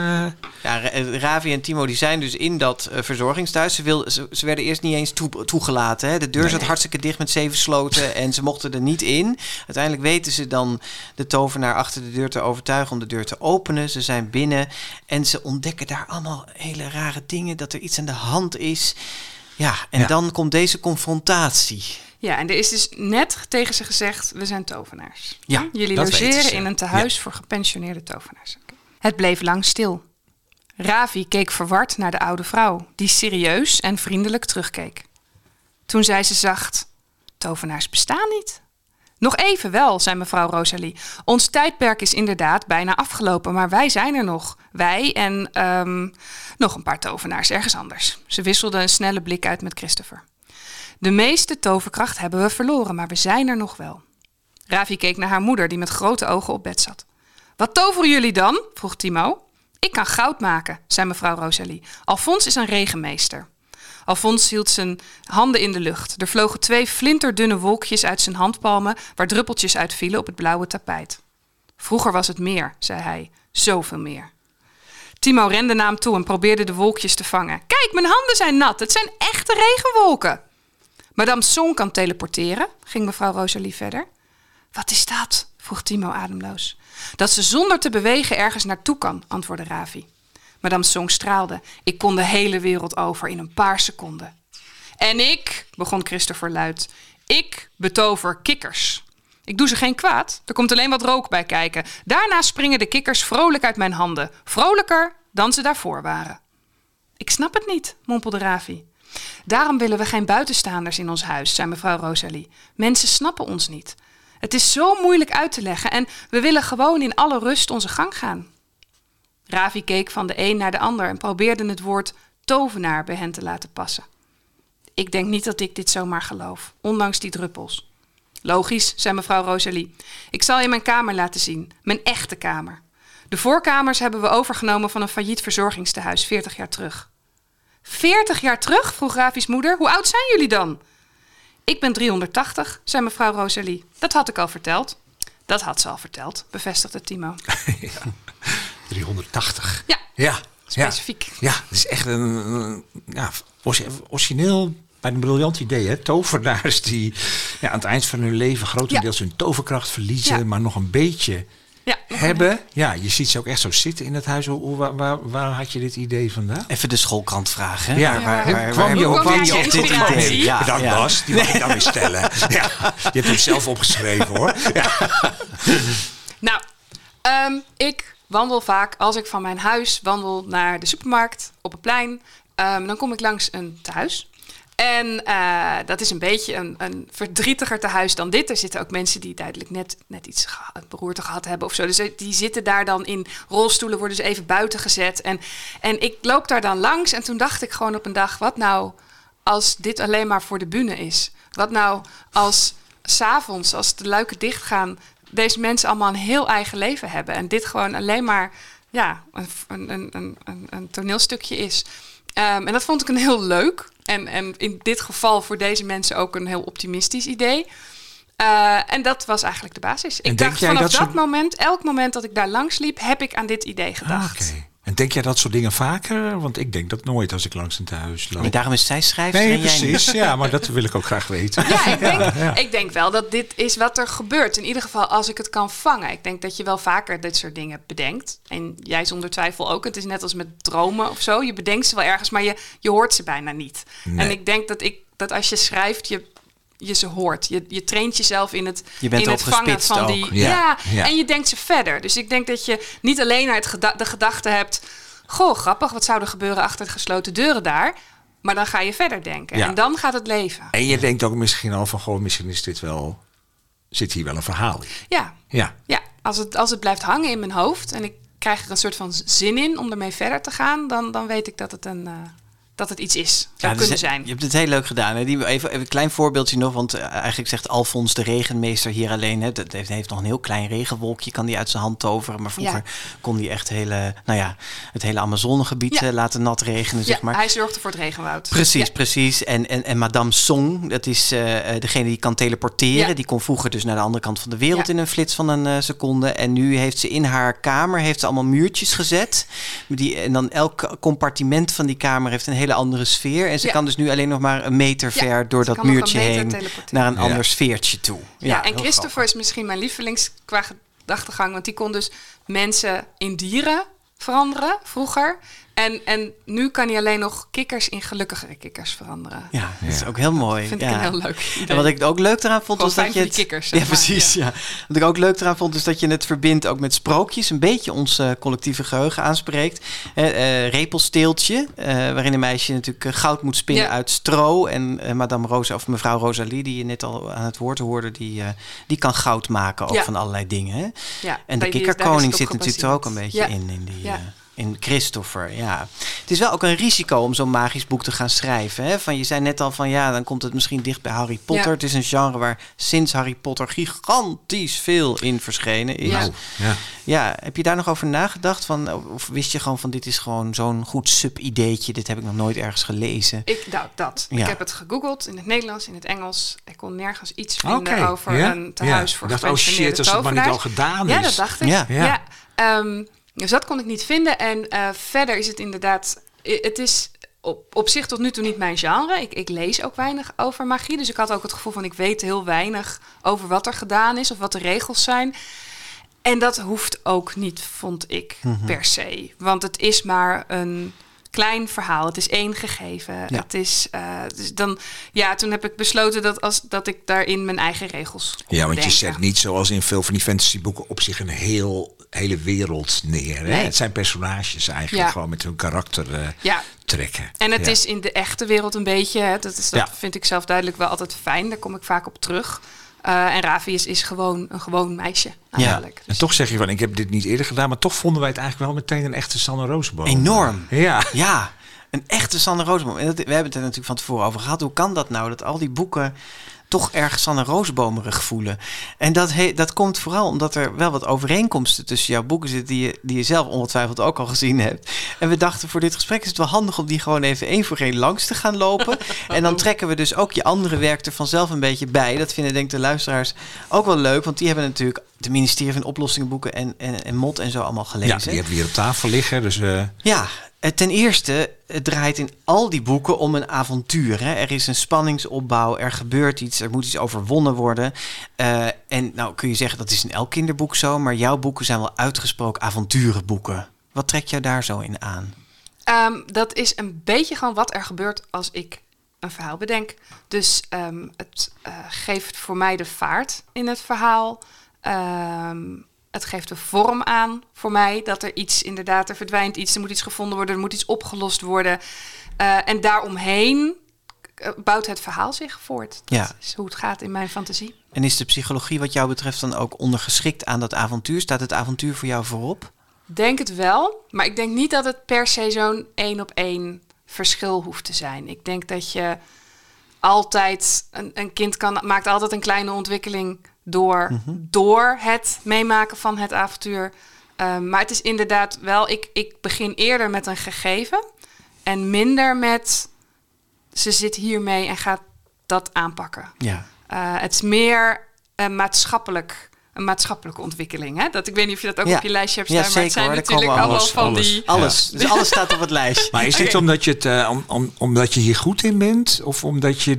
Ja, Ravi en Timo die zijn dus in dat verzorgingstehuis. Ze werden eerst niet eens toegelaten. Hè? De deur zat hartstikke dicht met 7 sloten en ze mochten er niet in. Uiteindelijk weten ze dan de tovenaar achter de deur te overtuigen om de deur te openen. Ze zijn binnen en ze ontdekken daar allemaal hele rare dingen, dat er iets aan de hand is. Ja, en dan komt deze confrontatie. Ja, en er is dus net tegen ze gezegd, we zijn tovenaars. Ja, jullie logeren in een tehuis voor gepensioneerde tovenaars. Okay. Het bleef lang stil. Ravi keek verward naar de oude vrouw, die serieus en vriendelijk terugkeek. Toen zei ze zacht, tovenaars bestaan niet. Nog even wel, zei mevrouw Rosalie. Ons tijdperk is inderdaad bijna afgelopen, maar wij zijn er nog. Wij en nog een paar tovenaars ergens anders. Ze wisselde een snelle blik uit met Christopher. De meeste toverkracht hebben we verloren, maar we zijn er nog wel. Ravi keek naar haar moeder, die met grote ogen op bed zat. Wat toveren jullie dan? Vroeg Timo. Ik kan goud maken, zei mevrouw Rosalie. Alfons is een regenmeester. Alfons hield zijn handen in de lucht. Er vlogen 2 flinterdunne wolkjes uit zijn handpalmen, waar druppeltjes uit vielen op het blauwe tapijt. Vroeger was het meer, zei hij. Zoveel meer. Timo rende naar hem toe en probeerde de wolkjes te vangen. Kijk, mijn handen zijn nat. Het zijn echte regenwolken. Madame Song kan teleporteren, ging mevrouw Rosalie verder. Wat is dat? Vroeg Timo ademloos. Dat ze zonder te bewegen ergens naartoe kan, antwoordde Ravi. Madame Song straalde. Ik kon de hele wereld over in een paar seconden. En ik, begon Christopher luid, ik betover kikkers. Ik doe ze geen kwaad, er komt alleen wat rook bij kijken. Daarna springen de kikkers vrolijk uit mijn handen. Vrolijker dan ze daarvoor waren. Ik snap het niet, mompelde Ravi. Daarom willen we geen buitenstaanders in ons huis, zei mevrouw Rosalie. Mensen snappen ons niet. Het is zo moeilijk uit te leggen en we willen gewoon in alle rust onze gang gaan. Ravi keek van de een naar de ander en probeerde het woord tovenaar bij hen te laten passen. Ik denk niet dat ik dit zomaar geloof, ondanks die druppels. Logisch, zei mevrouw Rosalie. Ik zal je mijn kamer laten zien, mijn echte kamer. De voorkamers hebben we overgenomen van een failliet verzorgingstehuis 40 jaar terug. 40 jaar terug? Vroeg Ravi's moeder. Hoe oud zijn jullie dan? Ik ben 380, zei mevrouw Rosalie. Dat had ik al verteld. Dat had ze al verteld, bevestigde Timo. Ja, 380. Ja, specifiek. Ja, het is echt een origineel, bij een briljant idee. Hè? Tovenaars die aan het eind van hun leven grotendeels hun toverkracht verliezen, maar nog een beetje hebben. Ja, je ziet ze ook echt zo zitten in het huis. Waar had je dit idee vandaan? Even de schoolkrant vragen. Ja, waar kwam je op dit idee? Ja, bedankt Bas, die mag ik dan weer stellen. Ja, je hebt hem zelf opgeschreven hoor. Ja. Nou, ik wandel vaak, als ik van mijn huis wandel naar de supermarkt op een plein, dan kom ik langs een tehuis. En dat is een beetje een verdrietiger tehuis dan dit. Er zitten ook mensen die duidelijk net iets beroerte gehad hebben of zo. Dus die zitten daar dan in rolstoelen, worden ze even buiten gezet. En ik loop daar dan langs en toen dacht ik gewoon op een dag, wat nou als dit alleen maar voor de bühne is? Wat nou als 's avonds, als de luiken dichtgaan, deze mensen allemaal een heel eigen leven hebben. En dit gewoon alleen maar een toneelstukje is. En dat vond ik een heel leuk. En in dit geval voor deze mensen ook een heel optimistisch idee. En dat was eigenlijk de basis. Ik dacht vanaf dat moment, elk moment dat ik daar langs liep, heb ik aan dit idee gedacht. Okay. En denk jij dat soort dingen vaker? Want ik denk dat nooit als ik langs een tehuis loop. Maar daarom is zij schrijfster Nee, en jij precies. niet. Ja, maar dat wil ik ook graag weten. Ja, ik denk wel dat dit is wat er gebeurt. In ieder geval als ik het kan vangen. Ik denk dat je wel vaker dit soort dingen bedenkt. En jij zonder twijfel ook. Het is net als met dromen of zo. Je bedenkt ze wel ergens, maar je hoort ze bijna niet. Nee. En ik denk dat als je schrijft, je ze hoort. Je traint jezelf in het vangen van die. Ook. Ja. En je denkt ze verder. Dus ik denk dat je niet alleen naar de gedachte hebt, goh, grappig, wat zou er gebeuren achter de gesloten deuren daar? Maar dan ga je verder denken. Ja. En dan gaat het leven. En je denkt ook misschien al van, goh, misschien is dit wel, zit hier wel een verhaal in. Ja. Als het blijft hangen in mijn hoofd en ik krijg er een soort van zin in om ermee verder te gaan, dan weet ik dat het iets is. Zou kunnen zijn. Je hebt het heel leuk gedaan. Hè? Even een klein voorbeeldje nog. Want eigenlijk zegt Alfons de regenmeester hier alleen. Hè, dat heeft nog een heel klein regenwolkje. Kan die uit zijn hand toveren. Maar vroeger kon die echt het hele Amazonegebied laten nat regenen. Zeg maar. Hij zorgde voor het regenwoud. Precies. En Madame Song, dat is degene die kan teleporteren. Ja. Die kon vroeger dus naar de andere kant van de wereld in een flits van een seconde. En nu heeft ze in haar kamer allemaal muurtjes gezet. En dan elk compartiment van die kamer heeft een hele andere sfeer. En ze kan dus nu alleen nog maar een meter ver door dat muurtje heen naar een ander sfeertje toe. Ja, en Christopher is misschien mijn lievelings qua gedachtegang, want die kon dus mensen in dieren veranderen vroeger. En nu kan hij alleen nog kikkers in gelukkigere kikkers veranderen. Ja, dat is ook heel mooi. Vind ik een heel leuk idee. En wat ik ook leuk eraan vond, was dat je het... kikkers, ja, precies. Ja. Wat ik ook leuk eraan vond, is dat je het verbindt ook met sprookjes. Een beetje ons collectieve geheugen aanspreekt. Repelsteeltje, waarin een meisje natuurlijk goud moet spinnen uit stro. En Madame Rosa of mevrouw Rosalie, die je net al aan het woord hoorde, die kan goud maken ook van allerlei dingen. Hè? Ja, en de kikkerkoning zit natuurlijk er ook een beetje in die... in Christopher, ja. Het is wel ook een risico om zo'n magisch boek te gaan schrijven. Hè? Je zei net al van dan komt het misschien dicht bij Harry Potter. Ja. Het is een genre waar sinds Harry Potter gigantisch veel in verschenen is. Ja, heb je daar nog over nagedacht? Of wist je gewoon van dit is gewoon zo'n goed sub-ideetje. Dit heb ik nog nooit ergens gelezen. Ik heb het gegoogeld in het Nederlands, in het Engels. Ik kon nergens iets vinden over een tehuis voor gepensioneerde tovenaars. Als het maar niet al gedaan is. Ja, dat dacht ik. Dus dat kon ik niet vinden. En verder is het inderdaad... Het is op zich tot nu toe niet mijn genre. Ik lees ook weinig over magie. Dus ik had ook het gevoel van ik weet heel weinig over wat er gedaan is of wat de regels zijn. En dat hoeft ook niet, vond ik, per se. Want het is maar een klein verhaal. Het is 1 gegeven. Ja. Het is, dus dan, toen heb ik besloten dat ik daarin mijn eigen regels kon want bedenken. je zet niet zoals in veel van die fantasyboeken op zich een hele wereld neer. Hè? Nee. Het zijn personages eigenlijk gewoon met hun karakter trekken. En het is in de echte wereld een beetje... Dat vind ik zelf duidelijk wel altijd fijn. Daar kom ik vaak op terug. En Ravi is gewoon een gewoon meisje eigenlijk. Dus. En toch zeg je van, ik heb dit niet eerder gedaan... maar toch vonden wij het eigenlijk wel meteen een echte Sanne Rosenboom. Enorm. Ja, een echte Sanne Rosenboom. En we hebben het er natuurlijk van tevoren over gehad. Hoe kan dat nou, dat al die boeken toch erg Sanne Rosenbomerig voelen? En dat komt vooral omdat er wel wat overeenkomsten tussen jouw boeken zitten... die je zelf ongetwijfeld ook al gezien hebt. En we dachten, voor dit gesprek is het wel handig om die gewoon even 1 voor 1 langs te gaan lopen. En dan trekken we dus ook je andere werk er vanzelf een beetje bij. Dat vinden denk ik de luisteraars ook wel leuk, want die hebben natuurlijk de Ministerie van Oplossingenboeken en Mot en zo allemaal gelezen. Ja, die hebben we hier op tafel liggen. Dus, Ja, ten eerste, het draait in al die boeken om een avontuur. Hè? Er is een spanningsopbouw, er gebeurt iets, er moet iets overwonnen worden. En nou kun je zeggen, dat is in elk kinderboek zo, maar jouw boeken zijn wel uitgesproken avonturenboeken. Wat trekt jou daar zo in aan? Dat is een beetje gewoon wat er gebeurt als ik een verhaal bedenk. Dus het geeft voor mij de vaart in het verhaal. Het geeft de vorm aan voor mij. Dat er iets inderdaad, er verdwijnt iets. Er moet iets gevonden worden, er moet iets opgelost worden. En daaromheen bouwt het verhaal zich voort. Dat is hoe het gaat in mijn fantasie. En is de psychologie wat jou betreft dan ook ondergeschikt aan dat avontuur? Staat het avontuur voor jou voorop? Denk het wel. Maar ik denk niet dat het per se zo'n 1-op-1 verschil hoeft te zijn. Ik denk dat je altijd... Een kind maakt altijd een kleine ontwikkeling door het meemaken van het avontuur. Maar het is inderdaad wel... Ik begin eerder met een gegeven en minder met... ze zit hiermee en gaat dat aanpakken. Ja. Het is meer een maatschappelijke ontwikkeling. Hè? Dat, ik weet niet of je dat ook op je lijstje hebt staan, maar het zijn natuurlijk allemaal van die... Alles. Dus alles staat op het lijstje. Maar is dit omdat je omdat je hier goed in bent? Of omdat je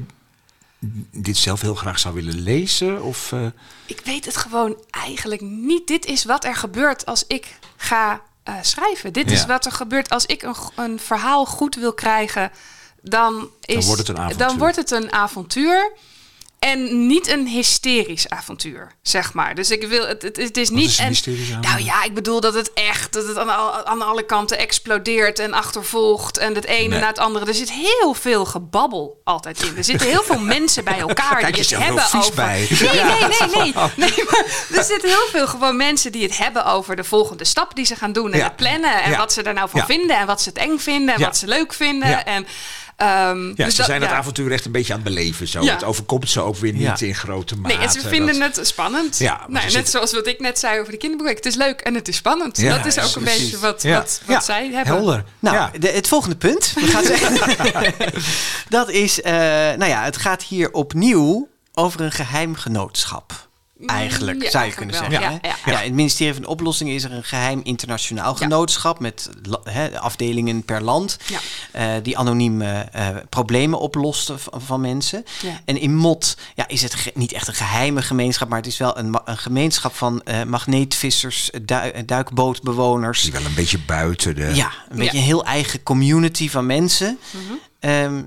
dit zelf heel graag zou willen lezen? Of, Ik weet het gewoon eigenlijk niet. Dit is wat er gebeurt als ik ga schrijven. Dit is wat er gebeurt als ik een verhaal goed wil krijgen. Dan wordt het een avontuur. En niet een hysterisch avontuur, zeg maar. Dus ik wil het is niet... Ik bedoel dat het aan alle kanten explodeert en achtervolgt en het ene na het andere. Er zit heel veel gebabbel altijd in. Er zitten heel veel mensen bij elkaar die het hebben over... Nee, maar er zitten heel veel gewoon mensen die het hebben over de volgende stap die ze gaan doen en het plannen en wat ze er nou van vinden en wat ze het eng vinden en wat ze leuk vinden en... dus ze zijn dat avontuur echt een beetje aan het beleven. Zo. Het overkomt ze ook weer niet in grote mate. Nee, en ze vinden het spannend. Net zoals wat ik net zei over de kinderboeken. Het is leuk en het is spannend. Ja, dat is ook een beetje wat zij hebben. Helder. Nou, het volgende punt. We gaan zeggen, dat is... het gaat hier opnieuw over een geheim genootschap. Eigenlijk, zou je kunnen zeggen. In het ministerie van Oplossingen is er een geheim internationaal genootschap met afdelingen per land die anoniem problemen oplosten van mensen. Ja. En in Mot is het niet echt een geheime gemeenschap, maar het is wel een gemeenschap van magneetvissers, duikbootbewoners. Die wel een beetje buiten de... Ja, een beetje een heel eigen community van mensen. Mm-hmm.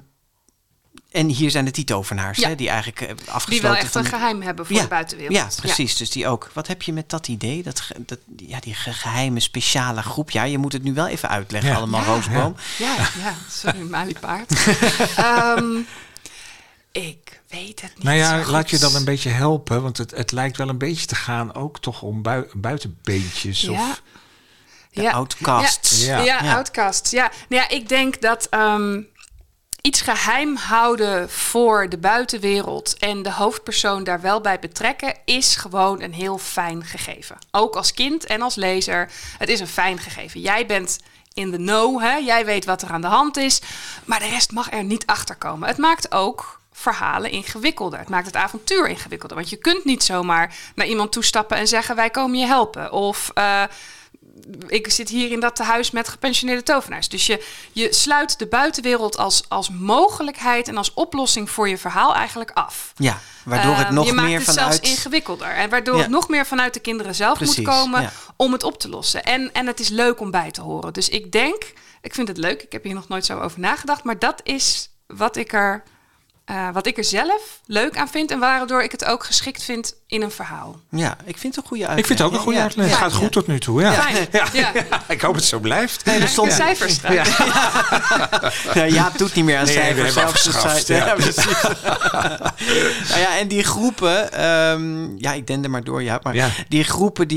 En hier zijn de Titovenaars, die eigenlijk afgesloten... Die wel echt een geheim hebben voor de buitenwereld. Ja, precies. Ja. Dus die ook. Wat heb je met dat idee? Die geheime, speciale groep. Ja, je moet het nu wel even uitleggen, allemaal Roosboom. Ja, sorry, Maliepaard. Ik weet het niet. Nou ja, laat je dan een beetje helpen. Want het lijkt wel een beetje te gaan ook toch om buitenbeentjes. Ja. Of... De outcasts. Outcasts. Ja. Nou ja, ik denk dat iets geheim houden voor de buitenwereld en de hoofdpersoon daar wel bij betrekken is gewoon een heel fijn gegeven. Ook als kind en als lezer. Het is een fijn gegeven. Jij bent in the know, hè? Jij weet wat er aan de hand is, maar de rest mag er niet achter komen. Het maakt ook verhalen ingewikkelder. Het maakt het avontuur ingewikkelder, want je kunt niet zomaar naar iemand toestappen en zeggen wij komen je helpen. Of ik zit hier in dat tehuis met gepensioneerde tovenaars. Dus je sluit de buitenwereld als mogelijkheid en als oplossing voor je verhaal eigenlijk af. Ja, waardoor het nog meer vanuit... Je maakt het zelfs ingewikkelder. En waardoor het nog meer vanuit de kinderen zelf moet komen om het op te lossen. En het is leuk om bij te horen. Dus ik vind het leuk. Ik heb hier nog nooit zo over nagedacht. Maar dat is wat ik er zelf leuk aan vind en waardoor ik het ook geschikt vind in een verhaal. Ja, ik vind het een goede uitleg. Ik vind het ook een goede uitleg. Het gaat goed tot nu toe. Ja. Ja. Ik hoop het zo blijft. Nee, er stond cijfers. Jaap doet niet meer aan cijfers. We afgeschaft. En die groepen, ik dende maar door, Jaap. Maar die groepen,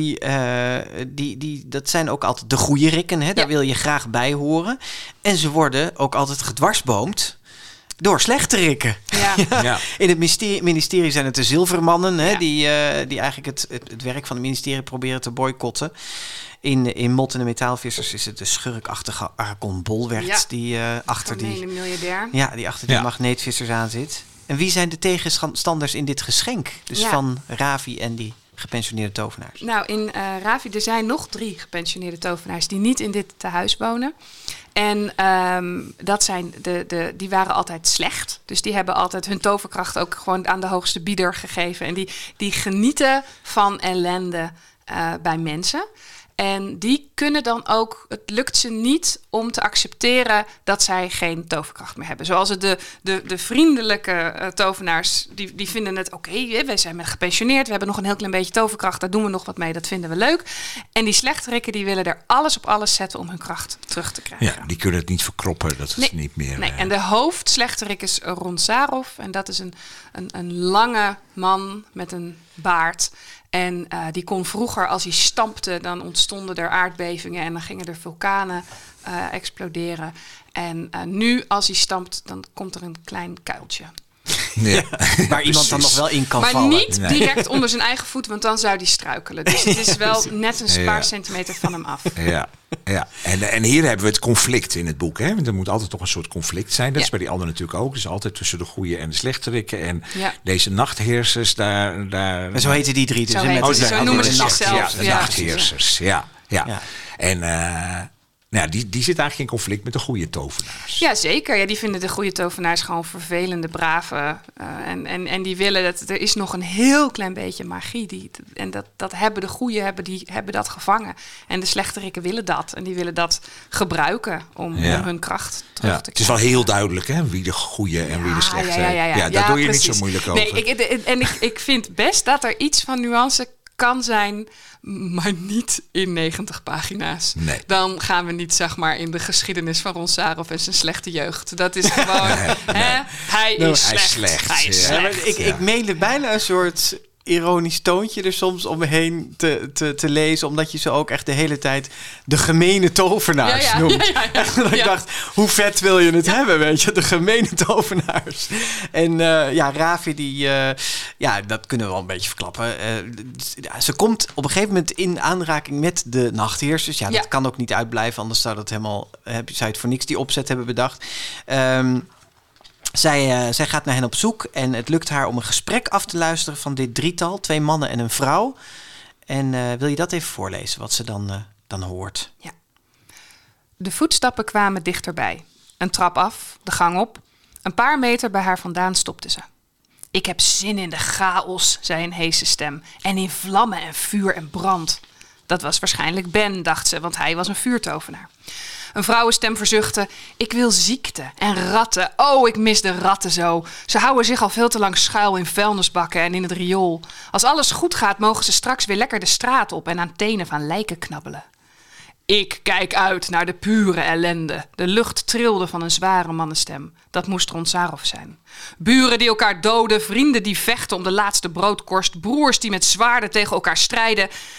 dat zijn ook altijd de goeie rikken. Hè? Daar wil je graag bij horen. En ze worden ook altijd gedwarsboomd door slechterikken. Ja. In het ministerie zijn het de zilvermannen, hè, die eigenlijk het werk van het ministerie proberen te boycotten. In Mot en de Metaalvissers is het de schurkachtige Argon Bolwerts die achter die miljardair. Ja, die achter die magneetvissers aan zit. En wie zijn de tegenstanders in dit geschenk? Dus van Ravi en die gepensioneerde tovenaars. Nou, in Ravi, er zijn nog 3 gepensioneerde tovenaars die niet in dit tehuis wonen. En dat zijn die waren altijd slecht. Dus die hebben altijd hun toverkracht ook gewoon aan de hoogste bieder gegeven. En die genieten van ellende bij mensen. En die kunnen dan ook, het lukt ze niet om te accepteren dat zij geen toverkracht meer hebben. Zoals het de vriendelijke tovenaars, die vinden het oké, wij zijn gepensioneerd, we hebben nog een heel klein beetje toverkracht, daar doen we nog wat mee, dat vinden we leuk. En die slechterikken, die willen er alles op alles zetten om hun kracht terug te krijgen. Ja, die kunnen het niet verkroppen, dat is niet meer... Nee, en de hoofdslechterik is Ronsarov en dat is een lange man met een baard. En die kon vroeger, als hij stampte, dan ontstonden er aardbevingen en dan gingen er vulkanen exploderen. En nu, als hij stampt, dan komt er een klein kuiltje. Ja. Waar iemand dan nog wel in kan vallen. Maar niet direct onder zijn eigen voet, want dan zou die struikelen. Dus het is wel net een paar centimeter van hem af. Ja. En hier hebben we het conflict in het boek. Hè? Want er moet altijd toch een soort conflict zijn. Dat is bij die anderen natuurlijk ook. Dus altijd tussen de goede en de slechterikken. En deze nachtheersers, daar... En zo heten die 3. Dus zo noemen ze zichzelf. Ja, de nachtheersers. Ja. En... die zit eigenlijk in conflict met de goede tovenaars. Ja, zeker. Ja, die vinden de goede tovenaars gewoon vervelende, brave. En die willen dat er is nog een heel klein beetje magie. Dat hebben de goede hebben dat gevangen. En de slechterikken willen dat. En die willen dat gebruiken om hun kracht terug te krijgen. Het is wel heel duidelijk, hè, wie de goede en wie de slechte. Ja, daar doe je precies. Niet zo moeilijk over. Nee, ik vind best dat er iets van nuance kan zijn, maar niet in 90 pagina's. Nee. Dan gaan we niet, zeg maar, in de geschiedenis van Ronsarov en zijn slechte jeugd. Dat is gewoon... Hij is slecht. Ik meende bijna een soort ironisch toontje er soms omheen te lezen, omdat je ze ook echt de hele tijd de gemene tovenaars noemt. Ik dacht, hoe vet wil je het hebben, weet je? De gemene tovenaars. En Ravi, dat kunnen we wel een beetje verklappen. Ze komt op een gegeven moment in aanraking met de nachtheersers. Dat kan ook niet uitblijven, anders zou je het voor niks die opzet hebben bedacht. Zij gaat naar hen op zoek en het lukt haar om een gesprek af te luisteren van dit 3-tal, 2 mannen en een vrouw. En wil je dat even voorlezen, wat ze dan hoort? Ja. De voetstappen kwamen dichterbij. Een trap af, de gang op. Een paar meter bij haar vandaan stopte ze. Ik heb zin in de chaos, zei een heese stem. En in vlammen en vuur en brand. Dat was waarschijnlijk Ben, dacht ze, want hij was een vuurtovenaar. Een vrouwenstem verzuchtte. Ik wil ziekte en ratten. Oh, ik mis de ratten zo. Ze houden zich al veel te lang schuil in vuilnisbakken en in het riool. Als alles goed gaat, mogen ze straks weer lekker de straat op en aan tenen van lijken knabbelen. Ik kijk uit naar de pure ellende. De lucht trilde van een zware mannenstem. Dat moest Ronsarov zijn. Buren die elkaar doden, vrienden die vechten om de laatste broodkorst, broers die met zwaarden tegen elkaar strijden.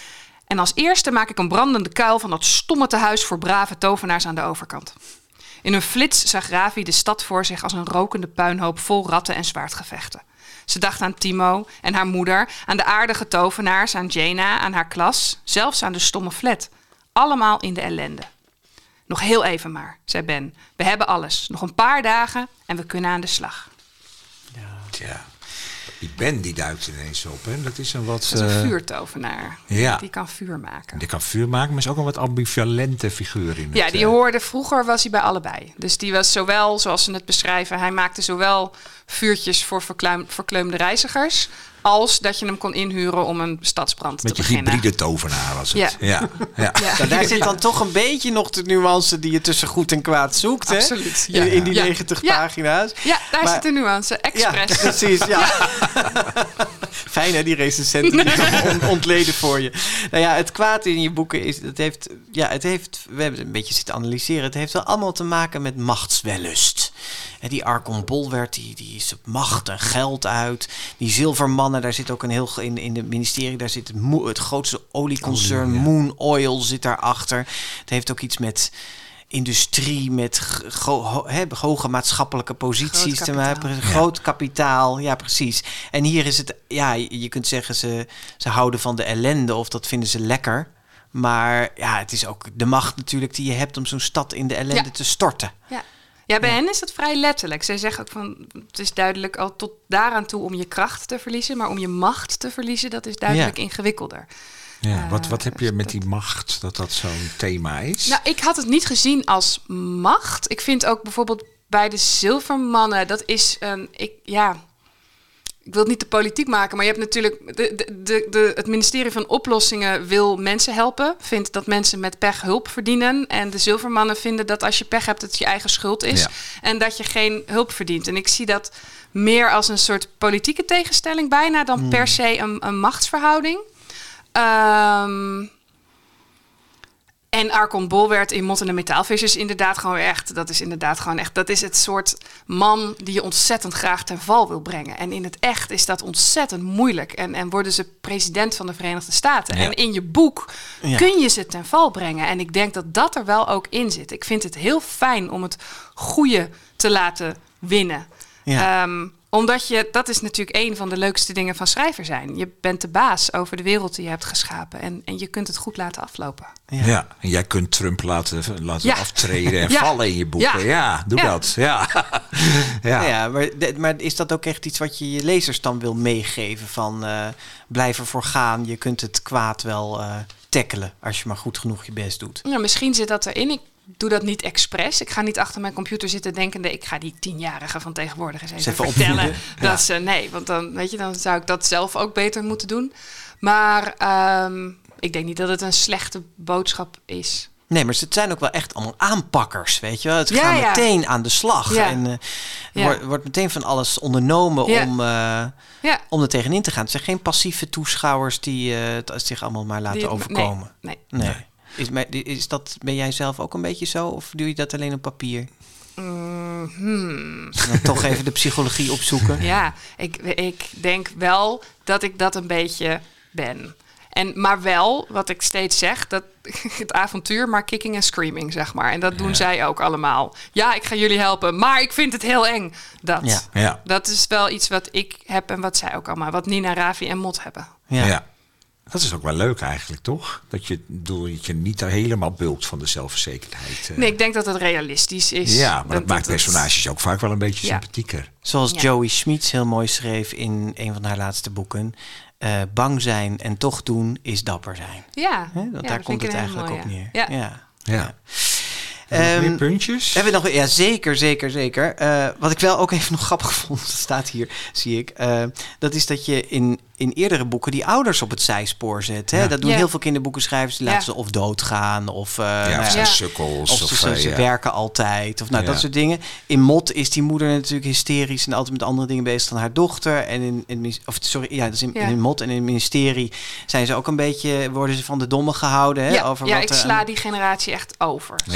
En als eerste maak ik een brandende kuil van dat stomme tehuis voor brave tovenaars aan de overkant. In een flits zag Ravi de stad voor zich als een rokende puinhoop vol ratten en zwaardgevechten. Ze dacht aan Timo en haar moeder, aan de aardige tovenaars, aan Jaina, aan haar klas, zelfs aan de stomme flat. Allemaal in de ellende. Nog heel even maar, zei Ben. We hebben alles. Nog een paar dagen en we kunnen aan de slag. Tja, die Ben die duikt ineens op. Hè? Dat is een wat... Dat is een vuurtovenaar. Ja. Die kan vuur maken. Die kan vuur maken, maar is ook een wat ambivalente figuur in Ja, het, die hoorde vroeger was hij bij allebei. Dus die was zowel, zoals ze het beschrijven, hij maakte zowel vuurtjes voor verkleumde reizigers, als dat je hem kon inhuren om een stadsbrand te beginnen. Met je hybride tovenaar was het. Ja. Nou, daar zit dan toch een beetje nog de nuance die je tussen goed en kwaad zoekt. Hè? Absoluut. In die 90 pagina's. Ja, daar zit de nuance. Expres. Ja, precies. Ja. Fijn hè, die recensenten die ontleden voor je. Nou ja, het kwaad in je boeken is, we hebben het een beetje zitten analyseren. Het heeft wel allemaal te maken met machtswellust. Die Archon Bolwert, die is op macht en geld uit. Die zilvermannen, daar zit ook een heel... In het ministerie, daar zit het grootste olieconcern, Moon Oil, zit daarachter. Het heeft ook iets met industrie, met hoge maatschappelijke posities te maken. Groot kapitaal, ja precies. En hier is het, ja, je kunt zeggen ze houden van de ellende of dat vinden ze lekker. Maar ja, het is ook de macht natuurlijk die je hebt om zo'n stad in de ellende te storten. Ja, bij hen is dat vrij letterlijk. Zij zeggen ook van, het is duidelijk al tot daaraan toe om je kracht te verliezen, maar om je macht te verliezen, dat is duidelijk ingewikkelder. Ja, wat heb je met die macht, dat zo'n thema is? Nou, ik had het niet gezien als macht. Ik vind ook bijvoorbeeld bij de zilvermannen, dat is ik wil het niet de politiek maken, maar je hebt natuurlijk het ministerie van Oplossingen wil mensen helpen, vindt dat mensen met pech hulp verdienen. En de zilvermannen vinden dat als je pech hebt, het je eigen schuld is en dat je geen hulp verdient. En ik zie dat meer als een soort politieke tegenstelling bijna dan per se een machtsverhouding. En Archon Bolwert in Mot en de Metaalvis is inderdaad gewoon echt... Dat is het soort man die je ontzettend graag ten val wil brengen. En in het echt is dat ontzettend moeilijk. En worden ze president van de Verenigde Staten. Ja. En in je boek kun je ze ten val brengen. En ik denk dat dat er wel ook in zit. Ik vind het heel fijn om het goede te laten winnen. Ja. Omdat dat is natuurlijk een van de leukste dingen van schrijver zijn. Je bent de baas over de wereld die je hebt geschapen. En je kunt het goed laten aflopen. Ja, en jij kunt Trump laten aftreden en vallen in je boeken. Ja, doe dat. Ja, maar is dat ook echt iets wat je je lezers dan wil meegeven? Van blijf ervoor gaan, je kunt het kwaad wel tackelen als je maar goed genoeg je best doet. Ja, misschien zit dat erin. Ik doe dat niet expres. Ik ga niet achter mijn computer zitten denkende, ik ga die 10-jarige van tegenwoordig eens even vertellen dat ze... Nee, want dan zou ik dat zelf ook beter moeten doen. Maar ik denk niet dat het een slechte boodschap is. Nee, maar het zijn ook wel echt allemaal aanpakkers, weet je wel. Het gaat meteen aan de slag. Ja. En wordt meteen van alles ondernomen om er tegenin te gaan. Het zijn geen passieve toeschouwers die het zich allemaal maar laten overkomen. Nee. Ben jij zelf ook een beetje zo? Of doe je dat alleen op papier? Dan toch even de psychologie opzoeken. Ja, ik denk wel dat ik dat een beetje ben. Maar wel, wat ik steeds zeg, dat het avontuur, maar kicking en screaming, zeg maar. En dat doen zij ook allemaal. Ja, ik ga jullie helpen, maar ik vind het heel eng. Dat is wel iets wat ik heb en wat zij ook allemaal. Wat Nina, Ravi en Mot hebben. Ja. Dat is ook wel leuk eigenlijk, toch? Dat je niet helemaal bulkt van de zelfverzekerdheid. Nee, ik denk dat het realistisch is. Ja, maar dat maakt personages ook vaak wel een beetje sympathieker. Zoals Joey Schmitz heel mooi schreef in een van haar laatste boeken. Bang zijn en toch doen is dapper zijn. Ja. Daar komt het eigenlijk op neer. Ja. Meer puntjes? Hebben we nog? Ja, zeker. Wat ik wel ook even nog grappig vond, dat staat hier, zie ik. Dat is dat je in eerdere boeken die ouders op het zijspoor zet. Hè? Ja. Dat doen heel veel kinderboekenschrijvers. Die laten ze of doodgaan of zijn sukkels. Of ze werken altijd. Of dat soort dingen. In Mot is die moeder natuurlijk hysterisch en altijd met andere dingen bezig dan haar dochter. En in Mot en in het ministerie worden ze van de domme gehouden. Hè, over ik sla die generatie echt over. Precies,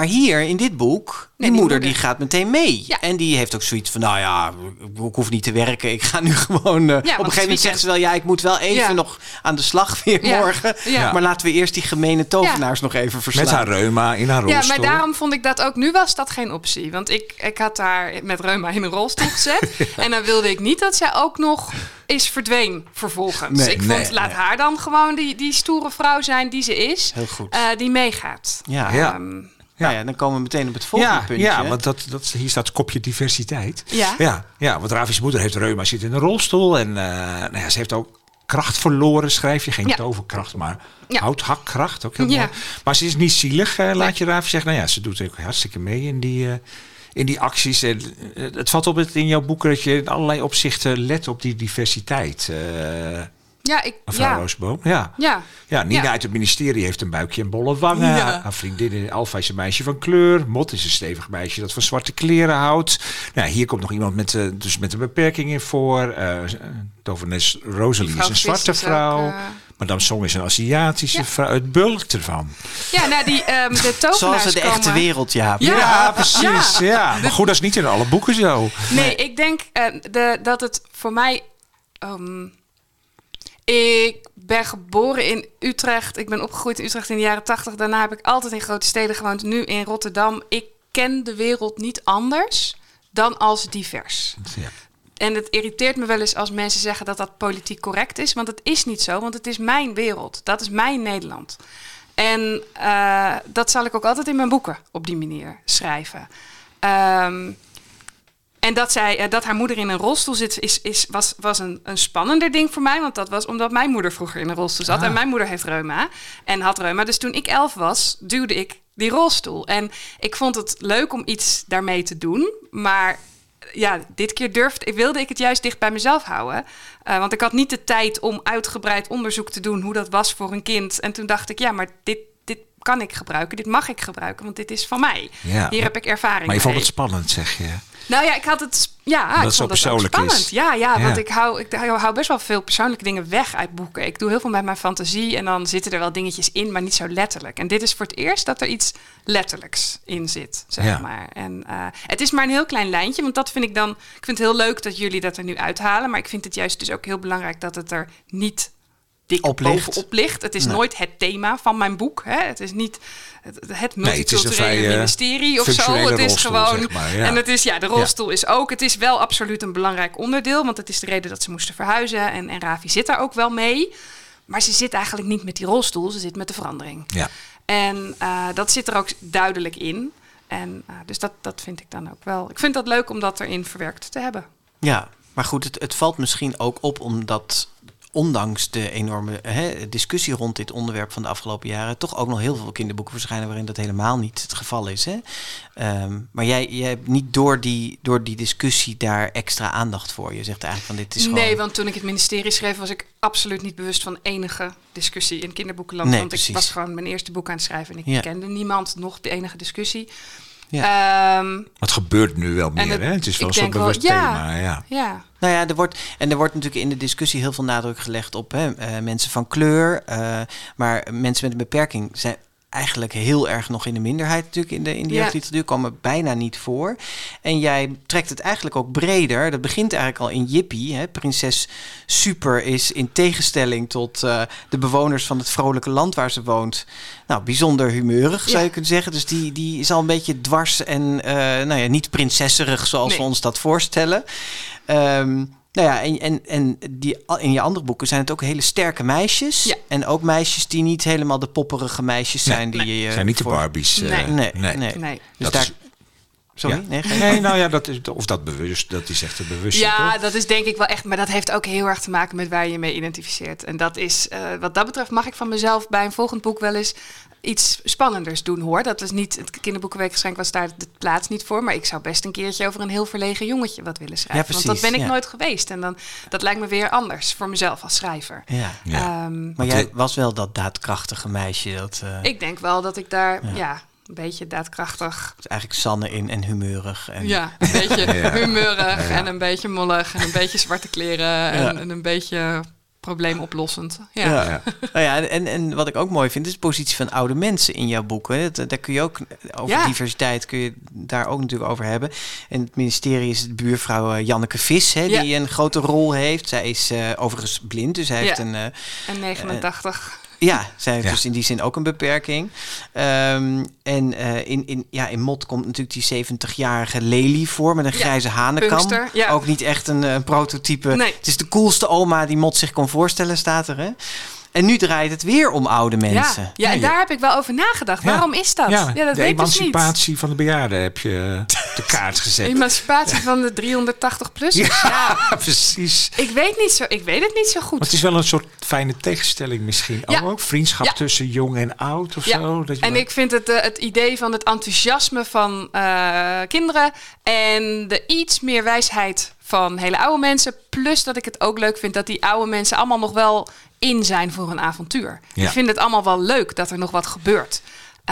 Maar hier in dit boek, die moeder die gaat meteen mee. Ja. En die heeft ook zoiets van, nou ja, ik hoef niet te werken. Ik ga nu gewoon... op een gegeven moment zegt ze wel, ik moet wel even nog aan de slag weer morgen. Ja. Maar laten we eerst die gemene tovenaars nog even verslaan. Met haar reuma in haar rolstoel. Ja, maar daarom vond ik dat ook... Nu was dat geen optie. Want ik had haar met reuma in een rolstoel gezet. En dan wilde ik niet dat zij ook nog is verdween vervolgens. Ik vond, laat haar dan gewoon die stoere vrouw zijn die ze is. Heel goed. Die meegaat. Ja. Nou ja, dan komen we meteen op het volgende puntje. Ja, want hier staat het kopje diversiteit. Ja. Ja, want Ravi's moeder heeft reuma, zit in een rolstoel. En ze heeft ook kracht verloren, schrijf je. Geen toverkracht, maar houthakkracht. Ook heel mooi. Maar ze is niet zielig, laat je Ravi zeggen. Nou ja, ze doet ook hartstikke mee in die acties. En het valt op in jouw boek dat je in allerlei opzichten let op die diversiteit. Mevrouw Roosboom. Nina uit het ministerie heeft een buikje en bolle wangen. Ja. Haar vriendin Alfa is een meisje van kleur. Mot is een stevig meisje dat van zwarte kleren houdt. Nou, hier komt nog iemand met een beperking in voor. Tovenes Rosalie is een zwarte vrouw. Madame Song is een Aziatische vrouw. Het bulkt ervan. Ja, nou de tovenaars zoals het de echte wereld, Ja, precies. Ja. Maar goed, dat is niet in alle boeken zo. Nee, ik denk dat het voor mij... ik ben geboren in Utrecht. Ik ben opgegroeid in Utrecht in de jaren 80. Daarna heb ik altijd in grote steden gewoond. Nu in Rotterdam. Ik ken de wereld niet anders dan als divers. Ja. En het irriteert me wel eens als mensen zeggen dat dat politiek correct is. Want het is niet zo, want het is mijn wereld. Dat is mijn Nederland. En dat zal ik ook altijd in mijn boeken op die manier schrijven. En dat haar moeder in een rolstoel zit, was een spannender ding voor mij. Want dat was omdat mijn moeder vroeger in een rolstoel zat. En mijn moeder heeft reuma en had reuma. Dus toen ik 11 was, duwde ik die rolstoel. En ik vond het leuk om iets daarmee te doen. Maar dit keer wilde ik het juist dicht bij mezelf houden. Want ik had niet de tijd om uitgebreid onderzoek te doen hoe dat was voor een kind. En toen dacht ik, maar dit kan ik gebruiken. Dit mag ik gebruiken, want dit is van mij. Ja. Hier heb ik ervaring mee. Maar je vond het spannend, zeg je? Nou ja, ik had het... Ja, dat ik vond het ook spannend. Ja, want ik hou best wel veel persoonlijke dingen weg uit boeken. Ik doe heel veel met mijn fantasie en dan zitten er wel dingetjes in, maar niet zo letterlijk. En dit is voor het eerst dat er iets letterlijks in zit, zeg maar. En het is maar een heel klein lijntje, want dat vind ik dan... Ik vind het heel leuk dat jullie dat er nu uithalen, maar ik vind het juist dus ook heel belangrijk dat het er niet dik bovenop ligt. Het is nooit het thema van mijn boek. Hè? Het is niet het multiculturele ministerie of zo. Het is gewoon... Zeg maar, en het is, de rolstoel is ook... Het is wel absoluut een belangrijk onderdeel, want het is de reden dat ze moesten verhuizen. En Ravi zit daar ook wel mee. Maar ze zit eigenlijk niet met die rolstoel. Ze zit met de verandering. Ja. En dat zit er ook duidelijk in. En dus dat vind ik dan ook wel... Ik vind dat leuk om dat erin verwerkt te hebben. Ja, maar goed, het valt misschien ook op omdat... ondanks de enorme discussie rond dit onderwerp van de afgelopen jaren... toch ook nog heel veel kinderboeken verschijnen... waarin dat helemaal niet het geval is. Hè? Maar jij hebt niet door die discussie daar extra aandacht voor. Je zegt eigenlijk van dit is gewoon... Nee, want toen ik het ministerie schreef... was ik absoluut niet bewust van enige discussie in kinderboekenland. Nee, want precies. Ik was gewoon mijn eerste boek aan het schrijven... en ik kende niemand nog de enige discussie... Ja. Het gebeurt nu wel meer, hè? Het is wel zo'n bewust thema. Ja. Nou ja, er wordt natuurlijk in de discussie heel veel nadruk gelegd op mensen van kleur. Maar mensen met een beperking zijn eigenlijk heel erg nog in de minderheid natuurlijk in de jeugdliteratuur, komen bijna niet voor. En jij trekt het eigenlijk ook breder. Dat begint eigenlijk al in Jippie. Hè? Prinses Super is in tegenstelling tot de bewoners van het vrolijke land waar ze woont, nou, bijzonder humeurig, zou je kunnen zeggen. Dus die is al een beetje dwars en niet prinsesserig zoals we ons dat voorstellen. Nou ja, en die, in je andere boeken zijn het ook hele sterke meisjes. Ja. En ook meisjes die niet helemaal de popperige meisjes zijn. Die zijn niet de Barbies. Nee. Dus daar... Sorry? Ja. Nee, nou ja, dat is echt een bewustzijn. Ja, toch? dat is denk ik wel echt, maar dat heeft ook heel erg te maken met waar je mee identificeert. En dat is, wat dat betreft mag ik van mezelf bij een volgend boek wel eens iets spannenders doen, hoor. Dat is niet, het kinderboekenweekgeschenk was daar de plaats niet voor, maar ik zou best een keertje over een heel verlegen jongetje wat willen schrijven. Ja, precies, want dat ben ik nooit geweest. En dat lijkt me weer anders voor mezelf als schrijver. Ja. Maar jij was wel dat daadkrachtige meisje. Ik denk wel dat ik daar, een beetje daadkrachtig. Dus eigenlijk Sanne in en humeurig. En... Ja, een beetje humeurig en een beetje mollig en een beetje zwarte kleren en een beetje probleemoplossend. Ja. Nou ja, en wat ik ook mooi vind, is de positie van oude mensen in jouw boeken. Daar kun je ook over diversiteit kun je daar ook natuurlijk over hebben. En het ministerie is de buurvrouw Janneke Vis, die een grote rol heeft. Zij is overigens blind, dus hij heeft een 89. Zij heeft dus in die zin ook een beperking. In Mot komt natuurlijk die 70-jarige Lely voor met een grijze hanenkam. Ook niet echt een prototype. Nee. Het is de coolste oma die Mot zich kon voorstellen, staat er. Hè? En nu draait het weer om oude mensen. Ja, en daar heb ik wel over nagedacht. Waarom is dat? Ja, dat de emancipatie van de bejaarden heb je de kaart gezet. Emancipatie van de 380-plussers. Ja, precies. Ik weet het niet zo goed. Maar het is wel een soort fijne tegenstelling misschien. Ook vriendschap tussen jong en oud of zo. Dat je ik vind het idee van het enthousiasme van kinderen en de iets meer wijsheid van hele oude mensen. Plus dat ik het ook leuk vind dat die oude mensen allemaal nog wel in zijn voor een avontuur. Ik vind het allemaal wel leuk dat er nog wat gebeurt.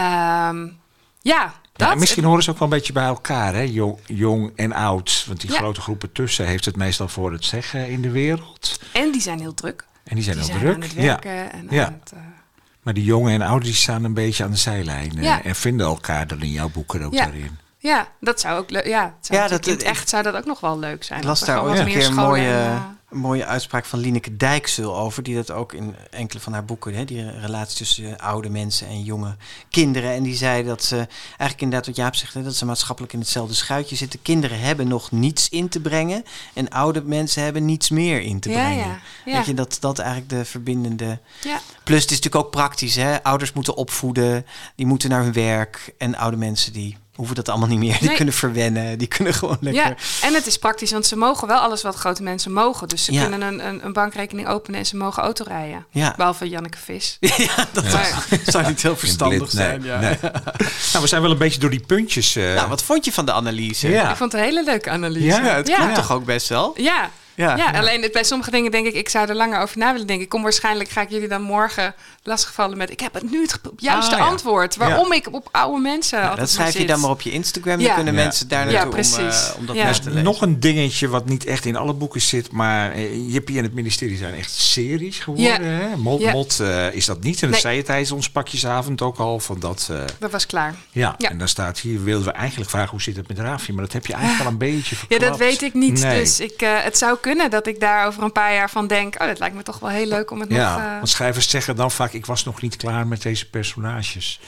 Misschien horen ze ook wel een beetje bij elkaar, hè? Jong en oud. Want die grote groepen tussen heeft het meestal voor het zeggen in de wereld. En die zijn heel druk. En die zijn aan het werken. Maar die jongen en ouderen die staan een beetje aan de zijlijn. En vinden elkaar dan in jouw boeken ook daarin. Ja, dat zou ook leuk. Echt zou dat ook nog wel leuk zijn. Ik las daar ook een keer een mooie uitspraak van Lineke Dijksul over, die dat ook in enkele van haar boeken, die relatie tussen oude mensen en jonge kinderen. En die zei dat ze eigenlijk inderdaad wat Jaap zegt, dat ze maatschappelijk in hetzelfde schuitje zitten. Kinderen hebben nog niets in te brengen en oude mensen hebben niets meer in te brengen. Weet je, dat eigenlijk de verbindende. Ja. Plus het is natuurlijk ook praktisch, hè? Ouders moeten opvoeden, die moeten naar hun werk en oude mensen die hoeven dat allemaal niet meer. Die kunnen verwennen. Die kunnen gewoon lekker. Ja, en het is praktisch, want ze mogen wel alles wat grote mensen mogen. Dus ze kunnen een bankrekening openen en ze mogen auto rijden. Ja. Behalve Janneke Vis. Dat zou niet heel verstandig zijn. Nee. Nou, we zijn wel een beetje door die puntjes. Wat vond je van de analyse? Ja. Ik vond het een hele leuke analyse. Ja, het klopt toch ook best wel? Ja, alleen bij sommige dingen denk ik zou er langer over na willen denken. Waarschijnlijk ga ik jullie dan morgen lastigvallen met ik heb het nu het juiste antwoord. Waarom ik op oude mensen dat schrijf je dan maar op je Instagram. Dan kunnen mensen daar naartoe om dat les te lezen. Nog een dingetje wat niet echt in alle boeken zit, maar Jippie en het ministerie zijn echt series geworden. Hè? Mot is dat niet. En dat zei je tijdens ons pakjesavond ook al. Van dat was klaar. Ja, en dan staat hier, wilden we eigenlijk vragen hoe zit het met Rafi, maar dat heb je eigenlijk al een beetje verklapt. Ja, dat weet ik niet. Nee. Dus het zou kunnen dat ik daar over een paar jaar van denk, dat lijkt me toch wel heel leuk om het nog. Want schrijvers zeggen dan vaak, ik was nog niet klaar met deze personages.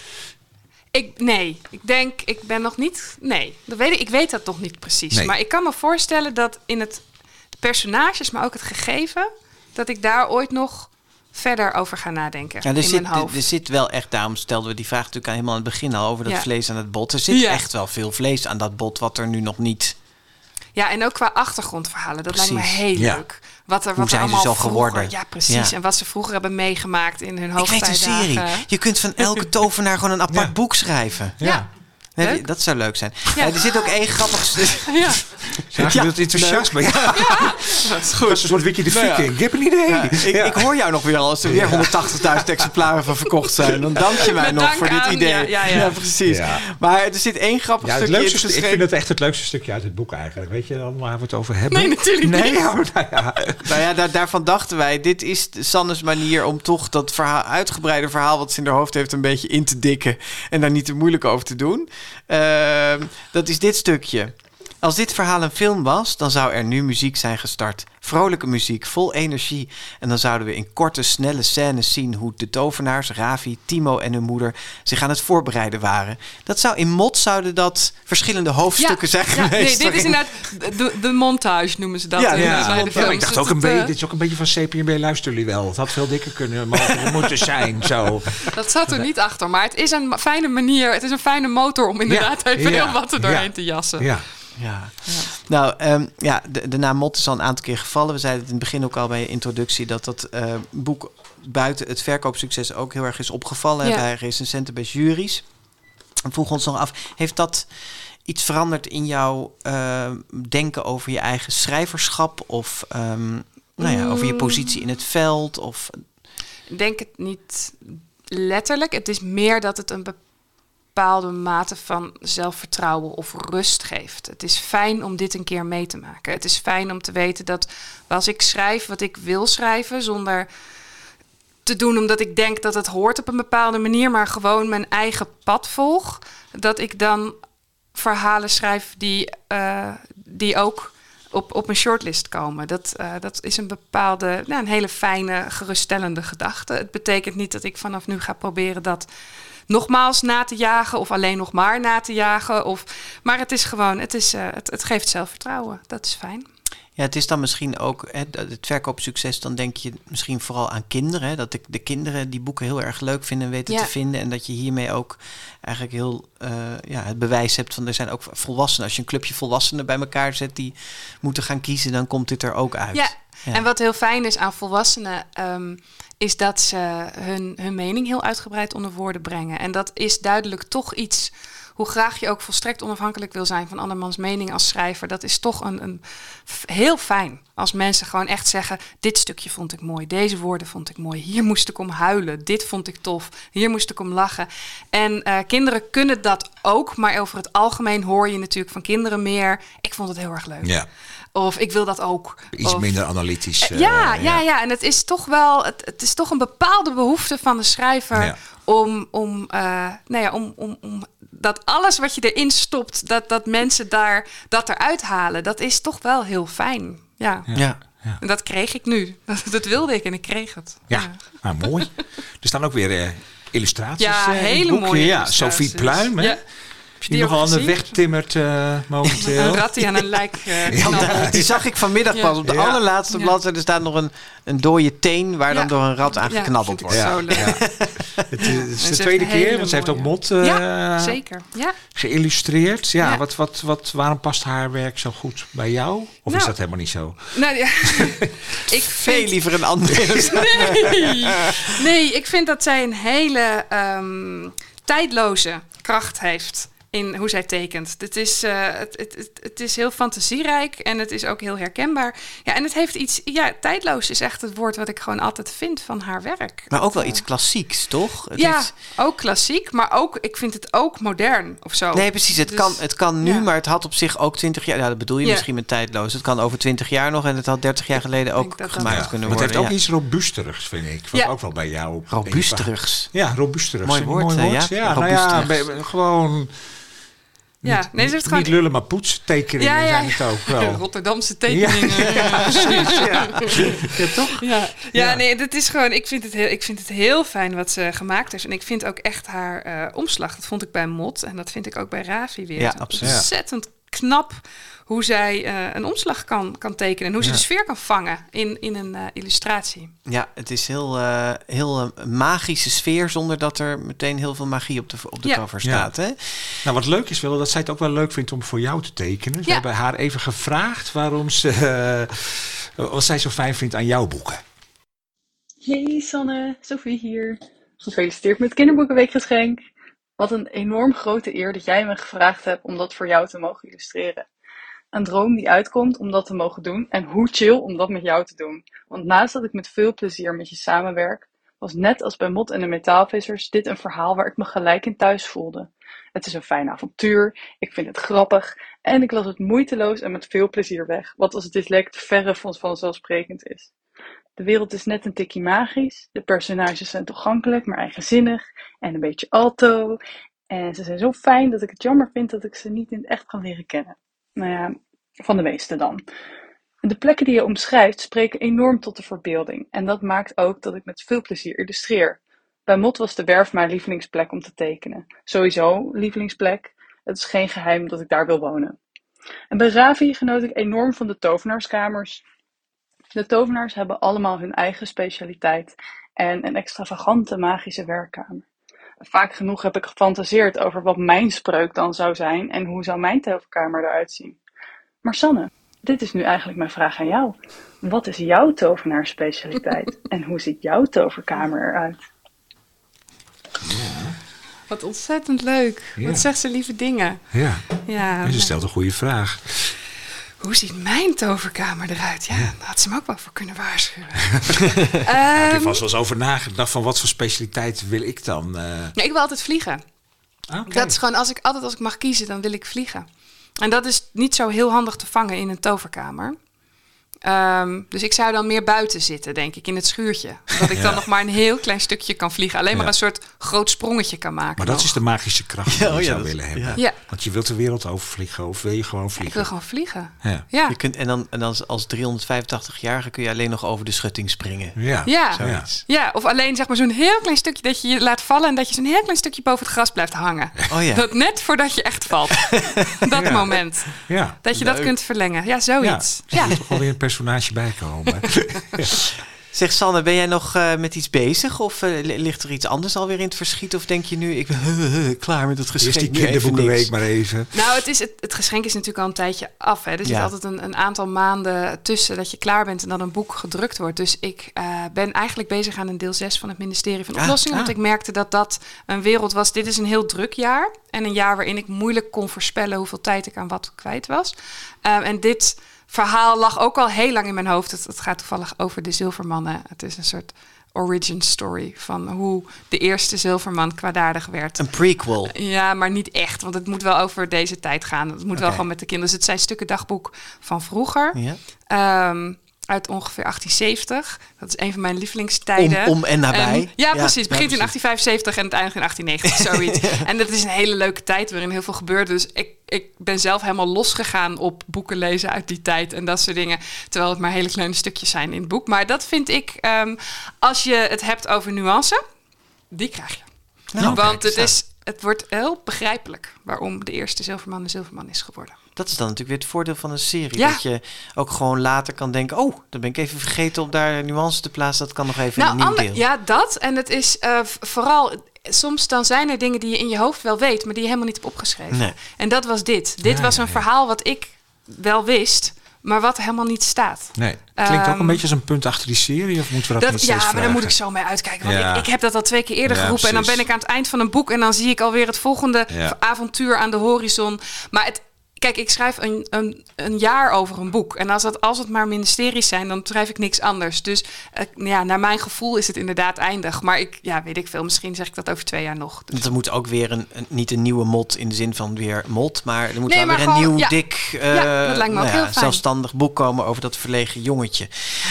Ik ben nog niet. Nee, ik weet dat toch niet precies. Nee. Maar ik kan me voorstellen dat in de personages, maar ook het gegeven, dat ik daar ooit nog verder over ga nadenken in mijn hoofd. Er zit wel echt, daarom stelden we die vraag natuurlijk helemaal aan het begin al over dat vlees aan het bot. Er zit echt wel veel vlees aan dat bot wat er nu nog niet. Ja, en ook qua achtergrondverhalen. Dat lijkt me heel leuk. Wat hoe zijn ze zo geworden? Ja, precies. Ja. En wat ze vroeger hebben meegemaakt in hun hoogtijdagen. Ik weet een serie. Je kunt van elke tovenaar gewoon een apart boek schrijven. Ja. Nee, dat zou leuk zijn. Ja. Er zit ook één grappig. Je wilt enthousiasme. Ja. Dat is goed. Dat is een soort Wiki de Viking. Ik heb een idee. Ik hoor jou nog weer als er weer 180.000 exemplaren van verkocht zijn. Dan dank je mij nog voor dit idee. Ja, precies. Ja. Maar er zit één grappig stukje. Ik vind het echt het leukste stukje uit het boek eigenlijk. Weet je allemaal waar we het over hebben? Nee, natuurlijk niet. Daarvan dachten wij, dit is Sanne's manier om toch dat uitgebreide verhaal wat ze in haar hoofd heeft een beetje in te dikken. En daar niet te moeilijk over te doen. Dat is dit stukje. Als dit verhaal een film was, dan zou er nu muziek zijn gestart. Vrolijke muziek, vol energie. En dan zouden we in korte, snelle scènes zien hoe de tovenaars, Ravi, Timo en hun moeder zich aan het voorbereiden waren. Dat zou in Mot zouden dat verschillende hoofdstukken zijn geweest. Nee, dit is inderdaad de montage noemen ze dat. Ik dacht ook dit is ook een beetje van CPNB, luisteren jullie wel. Het had veel dikker kunnen moeten zijn. Zo. Dat zat er niet achter, maar het is een fijne manier. Het is een fijne motor om inderdaad even heel wat er doorheen te jassen. Ja. Nou, de naam Mot is al een aantal keer gevallen. We zeiden het in het begin ook al bij je introductie dat boek buiten het verkoopsucces ook heel erg is opgevallen bij recensenten, bij juries. We vroegen ons nog af, heeft dat iets veranderd in jouw denken over je eigen schrijverschap of over je positie in het veld? Of? Ik denk het niet letterlijk. Het is meer dat het bepaalde mate van zelfvertrouwen of rust geeft. Het is fijn om dit een keer mee te maken. Het is fijn om te weten dat als ik schrijf wat ik wil schrijven, zonder te doen omdat ik denk dat het hoort op een bepaalde manier, maar gewoon mijn eigen pad volg, dat ik dan verhalen schrijf die ook op een shortlist komen. Dat is een bepaalde, een hele fijne, geruststellende gedachte. Het betekent niet dat ik vanaf nu ga proberen dat nogmaals na te jagen of alleen nog maar na te jagen. Maar het is gewoon, het geeft zelfvertrouwen. Dat is fijn. Ja, het is dan misschien ook het verkoopsucces. Dan denk je misschien vooral aan kinderen. Hè? Dat de kinderen die boeken heel erg leuk vinden en weten te vinden. En dat je hiermee ook eigenlijk heel het bewijs hebt van er zijn ook volwassenen. Als je een clubje volwassenen bij elkaar zet die moeten gaan kiezen, dan komt dit er ook uit. Ja. En wat heel fijn is aan volwassenen, is dat ze hun mening heel uitgebreid onder woorden brengen. En dat is duidelijk toch iets, hoe graag je ook volstrekt onafhankelijk wil zijn van andermans mening als schrijver. Dat is toch een heel fijn als mensen gewoon echt zeggen, dit stukje vond ik mooi, deze woorden vond ik mooi, hier moest ik om huilen, dit vond ik tof, hier moest ik om lachen. En kinderen kunnen dat ook, maar over het algemeen hoor je natuurlijk van kinderen meer, ik vond het heel erg leuk. Ja. Of ik wil dat ook. Iets minder analytisch. Ja. En het is toch wel, het is toch een bepaalde behoefte van de schrijver om dat alles wat je erin stopt, dat mensen dat eruit halen. Dat is toch wel heel fijn. Ja. En dat kreeg ik nu. Dat wilde ik en ik kreeg het. Nou, mooi. Er staan ook weer illustraties. Ja, hele mooie illustraties. Sophie Pluim, hè? Die nogal aan de weg timmert momenteel. Een rat die aan een lijk die zag ik vanmiddag pas op de allerlaatste bladzijde. Er staat nog een dode teen waar dan door een rat aan geknabbeld wordt. Het is de tweede keer, want ze heeft ook Mot zeker. geïllustreerd. Ja, waarom past haar werk zo goed bij jou? Of is dat helemaal niet zo? Ik veel liever een andere. Nee, ik vind dat zij een hele tijdloze kracht heeft in hoe zij tekent. Het is heel fantasierijk en het is ook heel herkenbaar. Ja, en het heeft iets, tijdloos is echt het woord wat ik gewoon altijd vind van haar werk. Maar ook wel iets klassieks, toch? Ook klassiek, maar ook, ik vind het ook modern of zo. Nee, precies. Het kan nu, maar het had op zich ook 20 jaar. Ja, dat bedoel je misschien met tijdloos. Het kan over 20 jaar nog en het had 30 jaar geleden ook gemaakt kunnen worden. Het heeft ook iets robuusterigs, vind ik. Wat ook wel bij jou. Robuusterigs. Ja, robuusterigs. Mooi woord. Gewoon. Ze heeft gewoon niet lullen, maar poetstekeningen zijn het ook wel. Rotterdamse tekeningen. Ja, precies. Ja, toch? Nee, dat is gewoon. Ik vind het heel fijn wat ze gemaakt heeft. En ik vind ook echt haar omslag. Dat vond ik bij Mot en dat vind ik ook bij Ravi weer. Ja, absoluut. Ontzettend knap hoe zij een omslag kan tekenen. En hoe ze de sfeer kan vangen in een illustratie. Ja, het is heel magische sfeer zonder dat er meteen heel veel magie op de cover staat. Hè? Nou, wat leuk is wel, dat zij het ook wel leuk vindt om voor jou te tekenen. We hebben haar even gevraagd wat zij zo fijn vindt aan jouw boeken. Hey Sanne, Sophie hier. Gefeliciteerd met het Kinderboekenweekgeschenk. Wat een enorm grote eer dat jij me gevraagd hebt om dat voor jou te mogen illustreren. Een droom die uitkomt om dat te mogen doen en hoe chill om dat met jou te doen. Want naast dat ik met veel plezier met je samenwerk, was net als bij Mot en de Metaalvissers dit een verhaal waar ik me gelijk in thuis voelde. Het is een fijn avontuur, ik vind het grappig en ik las het moeiteloos en met veel plezier weg, wat als dyslect verre van vanzelfsprekend is. De wereld is net een tikkie magisch, de personages zijn toegankelijk, maar eigenzinnig en een beetje alto. En ze zijn zo fijn dat ik het jammer vind dat ik ze niet in het echt kan leren kennen. Nou ja, van de meeste dan. De plekken die je omschrijft spreken enorm tot de verbeelding. En dat maakt ook dat ik met veel plezier illustreer. Bij Mot was de werf mijn lievelingsplek om te tekenen. Sowieso lievelingsplek. Het is geen geheim dat ik daar wil wonen. En bij Ravi genoot ik enorm van de tovenaarskamers. De tovenaars hebben allemaal hun eigen specialiteit en een extravagante magische werkkamer. Vaak genoeg heb ik gefantaseerd over wat mijn spreuk dan zou zijn en hoe zou mijn toverkamer eruit zien. Maar Sanne, dit is nu eigenlijk mijn vraag aan jou. Wat is jouw tovenaarsspecialiteit en hoe ziet jouw toverkamer eruit? Ja. Wat ontzettend leuk. Ja. Wat zegt ze lieve dingen. Ja. En ze stelt een goede vraag. Hoe ziet mijn toverkamer eruit? Ja, daar had ze me ook wel voor kunnen waarschuwen. Heb je vast wel eens over nagedacht van wat voor specialiteit wil ik dan? Ja, ik wil altijd vliegen. Okay. Dat is gewoon, als ik mag kiezen, dan wil ik vliegen. En dat is niet zo heel handig te vangen in een toverkamer. Dus ik zou dan meer buiten zitten, denk ik, in het schuurtje. Dat ik dan nog maar een heel klein stukje kan vliegen. Alleen maar een soort groot sprongetje kan maken. Maar dat is de magische kracht die je zou willen hebben. Ja. Want je wilt de wereld overvliegen of wil je gewoon vliegen? Ik wil gewoon vliegen. Ja. Je kunt, en dan als 385-jarige kun je alleen nog over de schutting springen. Ja, of alleen zeg maar zo'n heel klein stukje dat je je laat vallen... en dat je zo'n heel klein stukje boven het gras blijft hangen. Oh ja. Dat net voordat je echt valt. Dat moment. Ja. Dat je dat kunt verlengen. Ja, zoiets. Ja. Er moet toch wel weer een personage bij komen. Zeg Sanne, ben jij nog met iets bezig? Of ligt er iets anders alweer in het verschiet? Of denk je nu, ik ben klaar met het geschenk? Eerst die kinderboekenweek maar even. Nou, het geschenk is natuurlijk al een tijdje af. Hè. Er zit altijd een aantal maanden tussen dat je klaar bent... en dat een boek gedrukt wordt. Dus ik ben eigenlijk bezig aan een deel 6 van het ministerie van Oplossingen. Want ik merkte dat een wereld was. Dit is een heel druk jaar. En een jaar waarin ik moeilijk kon voorspellen... hoeveel tijd ik aan wat kwijt was. En dit... verhaal lag ook al heel lang in mijn hoofd. Het gaat toevallig over de Zilvermannen. Het is een soort origin story van hoe de eerste Zilverman kwaadaardig werd. Een prequel. Ja, maar niet echt, want het moet wel over deze tijd gaan. Het moet wel gewoon met de kinderen. Dus het zijn stukken dagboek van vroeger. Ja. Uit ongeveer 1870. Dat is een van mijn lievelingstijden. Om en nabij. Ja, precies. Het begint in 1875 en het eindigt in 1890. Zoiets. En dat is een hele leuke tijd waarin heel veel gebeurt. Dus ik ben zelf helemaal losgegaan op boeken lezen uit die tijd. En dat soort dingen. Terwijl het maar hele kleine stukjes zijn in het boek. Maar dat vind ik, als je het hebt over nuance, die krijg je. Nou, want het wordt heel begrijpelijk waarom de eerste Zilverman de Zilverman is geworden. Dat is dan natuurlijk weer het voordeel van een serie. Ja. Dat je ook gewoon later kan denken... dan ben ik even vergeten om daar nuance te plaatsen. Dat kan nog even in een nieuw deel. Ja, dat. En het is vooral... Soms dan zijn er dingen die je in je hoofd wel weet... maar die je helemaal niet hebt opgeschreven. Nee. En dat was dit. Dit was een verhaal wat ik wel wist... maar wat helemaal niet staat. Nee. Klinkt ook een beetje als een punt achter die serie, of moeten we dat niet steeds vragen? Ja, maar daar moet ik zo mee uitkijken. Want ik heb dat al 2 keer eerder geroepen. Precies. En dan ben ik aan het eind van een boek... en dan zie ik alweer het volgende avontuur aan de horizon. Maar kijk, ik schrijf een jaar over een boek. En als het maar ministeries zijn, dan schrijf ik niks anders. Dus naar mijn gevoel is het inderdaad eindig. Maar weet ik veel. Misschien zeg ik dat over 2 jaar nog. Dus. Er moet ook weer niet een nieuwe mot in de zin van weer mot. Maar er moet wel weer een nieuw, dik, dat lijkt me ook heel fijn. zelfstandig boek komen over dat verlegen jongetje.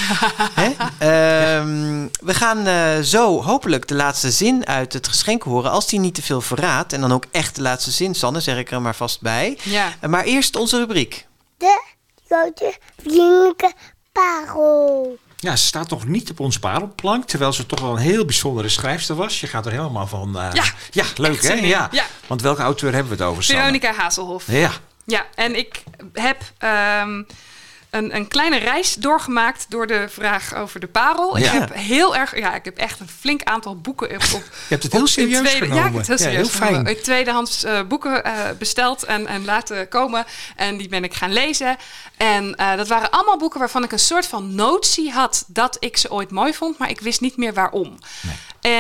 We gaan zo hopelijk de laatste zin uit het geschenk horen. Als die niet te veel verraadt. En dan ook echt de laatste zin, Sanne, zeg ik er maar vast bij. Ja. Maar eerst onze rubriek. De grote vriendelijke parel. Ja, ze staat nog niet op onze parelplank, terwijl ze toch wel een heel bijzondere schrijfster was. Je gaat er helemaal van... ja, leuk hè? Ja. Want welke auteur hebben we het over, Sanne? Veronica Hazelhoff. Ja, en ik heb... een kleine reis doorgemaakt door de vraag over de parel. Ik heb ik heb echt een flink aantal boeken op. Je hebt het heel serieus genomen. Ja, ik heb het heel serieus genomen. Ik tweedehands boeken besteld en laten komen. En die ben ik gaan lezen. En dat waren allemaal boeken waarvan ik een soort van notie had dat ik ze ooit mooi vond, maar ik wist niet meer waarom. Nee.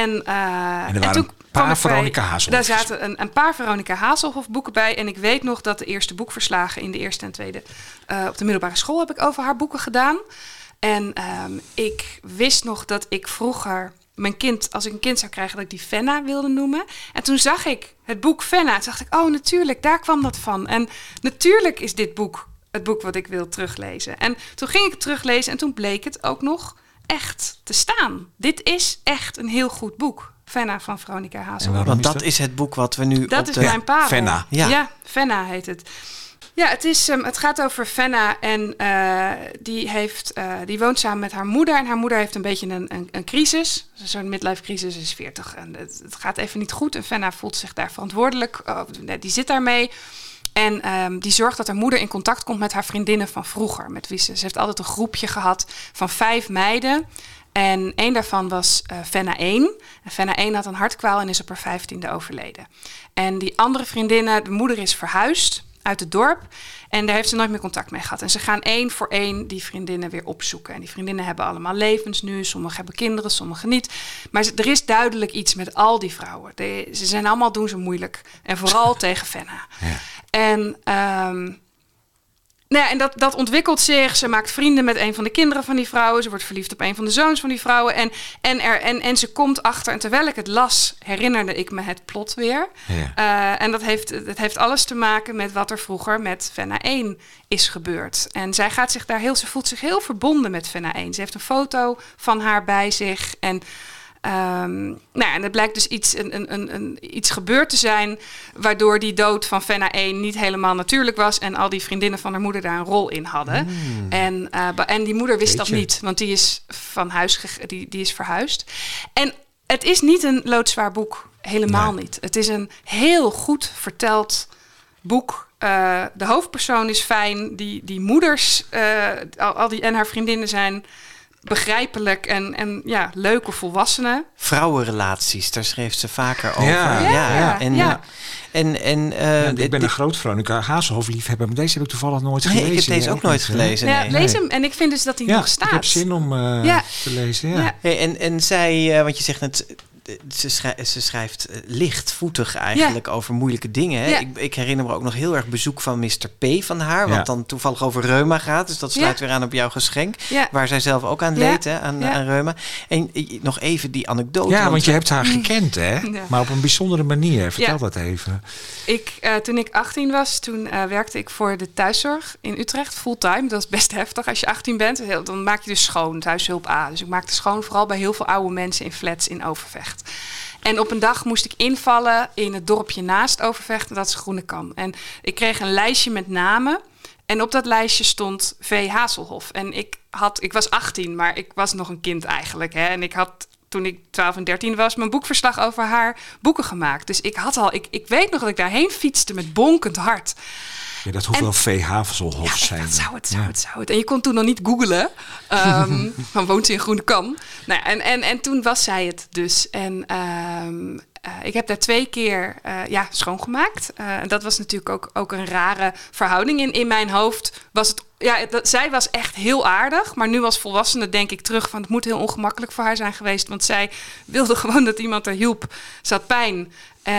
En toen paar Veronica Hazelhoff. Daar zaten een paar Veronica Hazelhoff boeken bij. En ik weet nog dat de eerste boekverslagen in de eerste en tweede op de middelbare school heb ik over haar boeken gedaan. En ik wist nog dat ik vroeger als ik een kind zou krijgen, dat ik die Fenna wilde noemen. En toen zag ik het boek Fenna. Toen dacht ik, oh natuurlijk, daar kwam dat van. En natuurlijk is dit boek het boek wat ik wil teruglezen. En toen ging ik het teruglezen en toen bleek het ook nog echt te staan. Dit is echt een heel goed boek. Fenna van Veronica Hazelhoff. Want dat is het boek wat we nu dat is mijn parel. Fenna. Ja, Fenna heet het. Ja, het gaat over Fenna en die woont samen met haar moeder. En haar moeder heeft een beetje een crisis. Zo'n midlife crisis, is 40. En het gaat even niet goed. En Fenna voelt zich daar verantwoordelijk. Die zit daarmee. En die zorgt dat haar moeder in contact komt met haar vriendinnen van vroeger. Met wie ze heeft altijd een groepje gehad van 5 meiden. En 1 daarvan was Fenna 1. En Fenna 1 had een hartkwaal en is op haar 15e overleden. En die andere vriendinnen, de moeder is verhuisd uit het dorp. En daar heeft ze nooit meer contact mee gehad. En ze gaan 1 voor 1 die vriendinnen weer opzoeken. En die vriendinnen hebben allemaal levens nu. Sommigen hebben kinderen, sommigen niet. Maar er is duidelijk iets met al die vrouwen. Ze zijn allemaal, doen ze moeilijk. En vooral tegen Fenna. Ja. En Nou ja, en dat ontwikkelt zich. Ze maakt vrienden met een van de kinderen van die vrouwen. Ze wordt verliefd op een van de zoons van die vrouwen. En ze komt achter. En terwijl ik het las, herinnerde ik me het plot weer. Ja. En dat heeft alles te maken met wat er vroeger met Fenna 1 is gebeurd. En zij gaat zich daar ze voelt zich heel verbonden met Fenna 1. Ze heeft een foto van haar bij zich. En en het blijkt dus iets gebeurd te zijn, waardoor die dood van Fenna 1 niet helemaal natuurlijk was en al die vriendinnen van haar moeder daar een rol in hadden. En die moeder wist dat niet, want die is van huis die is verhuisd. En het is niet een loodzwaar boek, helemaal niet. Het is een heel goed verteld boek. De hoofdpersoon is fijn, die moeders en haar vriendinnen zijn begrijpelijk en leuke volwassenen. Vrouwenrelaties, daar schreef ze vaker over. Ik ben een groot Veronica Hazelhoff liefhebber, maar deze heb ik toevallig nooit gelezen. Ik heb deze ook nooit gelezen. Lees hem en ik vind dus dat hij nog staat. Ik heb zin om te lezen. Ja. Hey, en zij, want je zegt net, ze schrijft lichtvoetig eigenlijk over moeilijke dingen. Hè? Ja. Ik herinner me ook nog heel erg bezoek van Mr. P. van haar, wat dan toevallig over reuma gaat. Dus dat sluit weer aan op jouw geschenk, waar zij zelf ook aan leed, hè, aan reuma. En nog even die anekdote. Ja, want je hebt haar gekend, hè? Ja. Maar op een bijzondere manier. Vertel dat even. Toen ik 18 was, toen werkte ik voor de thuiszorg in Utrecht, fulltime. Dat is best heftig als je 18 bent. Dan maak je dus schoon, thuishulp A. Dus ik maakte schoon vooral bij heel veel oude mensen in flats in Overvecht. En op een dag moest ik invallen in het dorpje naast Overvecht. En dat is Groenekan. En ik kreeg een lijstje met namen. En op dat lijstje stond V. Hazelhoff. En ik was 18, maar ik was nog een kind eigenlijk. Hè? En ik had, toen ik 12 en 13 was, mijn boekverslag over haar boeken gemaakt. Dus ik weet nog dat ik daarheen fietste met bonkend hart. Ja, dat hoeft wel V. Hazelhoff zijn. Dat zou het. En je kon toen nog niet googlen. Van woont ze in Groenekan? Nou, en toen was zij het dus. En ik heb daar 2 keer schoongemaakt. En dat was natuurlijk ook een rare verhouding. In mijn hoofd was het... zij was echt heel aardig. Maar nu als volwassene denk ik terug van... het moet heel ongemakkelijk voor haar zijn geweest. Want zij wilde gewoon dat iemand haar hielp. Ze had pijn.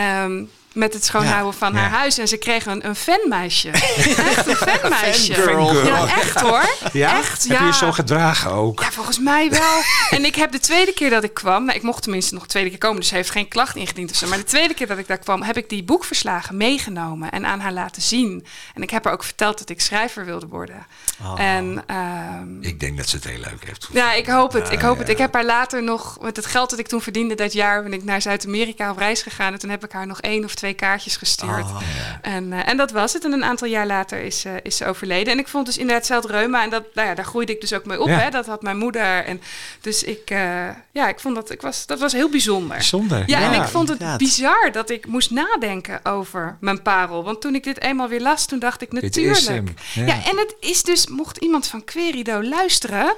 Met het schoonhouden van haar huis. En ze kregen een fanmeisje. Echt een fanmeisje. Ja, echt hoor. Ja? Echt, heb je je zo gedragen ook? Ja, volgens mij wel. En ik heb de tweede keer dat ik kwam... ik mocht tenminste nog de tweede keer komen... dus ze heeft geen klacht ingediend of zo. Maar de tweede keer dat ik daar kwam... heb ik die boekverslagen meegenomen... en aan haar laten zien. En ik heb haar ook verteld dat ik schrijver wilde worden. En, ik denk dat ze het heel leuk heeft. Ja, ik hoop het. Ik heb haar later nog... met het geld dat ik toen verdiende dat jaar... ben ik naar Zuid-Amerika op reis gegaan... en toen heb ik haar nog 1 of 2 kaartjes gestuurd. En dat was het. En een aantal jaar later is ze overleden. En ik vond dus inderdaad zelf reuma. En daar groeide ik dus ook mee op. Hè? Dat had mijn moeder. En dus ik vond dat was heel bijzonder. En ik vond het bizar dat ik moest nadenken over mijn parel. Want toen ik dit eenmaal weer las, toen dacht ik natuurlijk. En het is dus, mocht iemand van Querido luisteren...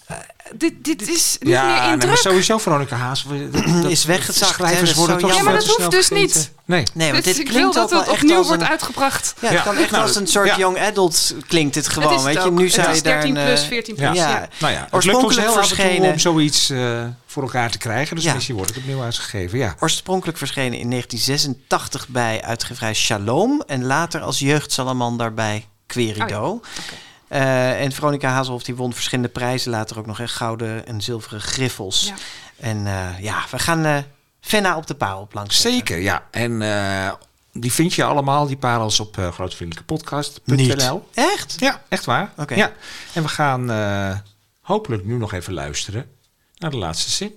Dit is niet meer in druk. Maar sowieso Veronica Haas is weggezakt. Schrijvers worden toch maar dat hoeft dus niet. Nee, want dit klinkt dat het opnieuw wordt uitgebracht. Ja, het kan echt als een soort young adult klinkt het gewoon. Weet je, nu zou je daar 13 plus, 14 plus. Het lukt ons heel af en toe om zoiets voor elkaar te krijgen. Dus misschien wordt het opnieuw uitgegeven. Ja. Oorspronkelijk verschenen in 1986 bij uitgeverij Shalom en later als jeugdsalamander bij Querido. En Veronica Hazelhoff die won verschillende prijzen. Later ook nog gouden en zilveren griffels. Ja. En we gaan Fenna op de parel langs. Zeker, ja. En die vind je allemaal, die parels, op grootvriendelijkepodcast.nl. Niet. Echt? Ja, echt waar. Okay. Ja. En we gaan hopelijk nu nog even luisteren naar de laatste zin.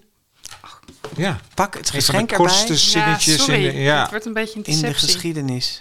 Ja. Pak het geschenk erbij. Kortste zinnetjes. Sorry, het wordt een beetje een deceptie. In de geschiedenis.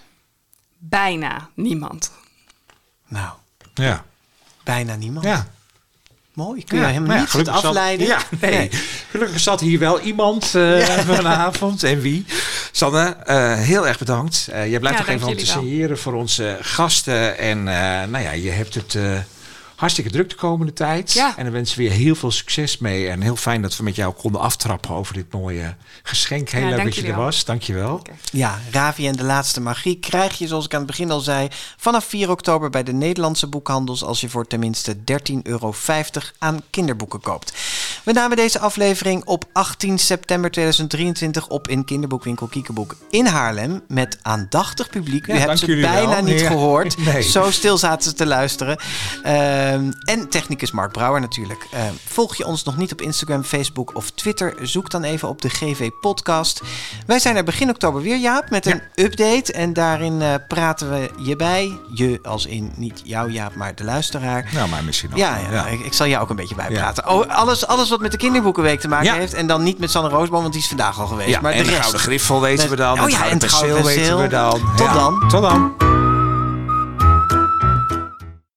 Bijna niemand. Nou. Ja. Bijna niemand. Ja. Mooi. Kun je hem niet afleiden? Nee. Gelukkig zat hier wel iemand vanavond. En wie? Sanne, heel erg bedankt. Je blijft nog even om te signeren voor onze gasten. En je hebt het hartstikke druk de komende tijd. Ja. En dan wensen we je heel veel succes mee. En heel fijn dat we met jou konden aftrappen over dit mooie geschenk. Heel leuk dat je er was. Dank je wel. Okay. Ja, Ravi en de laatste magie krijg je, zoals ik aan het begin al zei, vanaf 4 oktober bij de Nederlandse boekhandels als je voor tenminste €13,50 aan kinderboeken koopt. We namen deze aflevering op 18 september 2023 op in kinderboekwinkel Kiekeboek in Haarlem. Met aandachtig publiek. U hebt ze bijna niet gehoord. Nee. Zo stil zaten ze te luisteren. En technicus Mark Brouwer natuurlijk. Volg je ons nog niet op Instagram, Facebook of Twitter? Zoek dan even op de GV Podcast. Wij zijn er begin oktober weer, Jaap, met een update. En daarin praten we je bij. Je als in niet jou, Jaap, maar de luisteraar. Nou, maar misschien ook. Ja. Ik zal jou ook een beetje bijpraten. Alles wat met de Kinderboekenweek te maken heeft. En dan niet met Sanne Roosboom, want die is vandaag al geweest. Ja, maar en de Gouden Griffel weten we dan. En het Gouden Penseel weten we dan. Tot dan. Tot dan.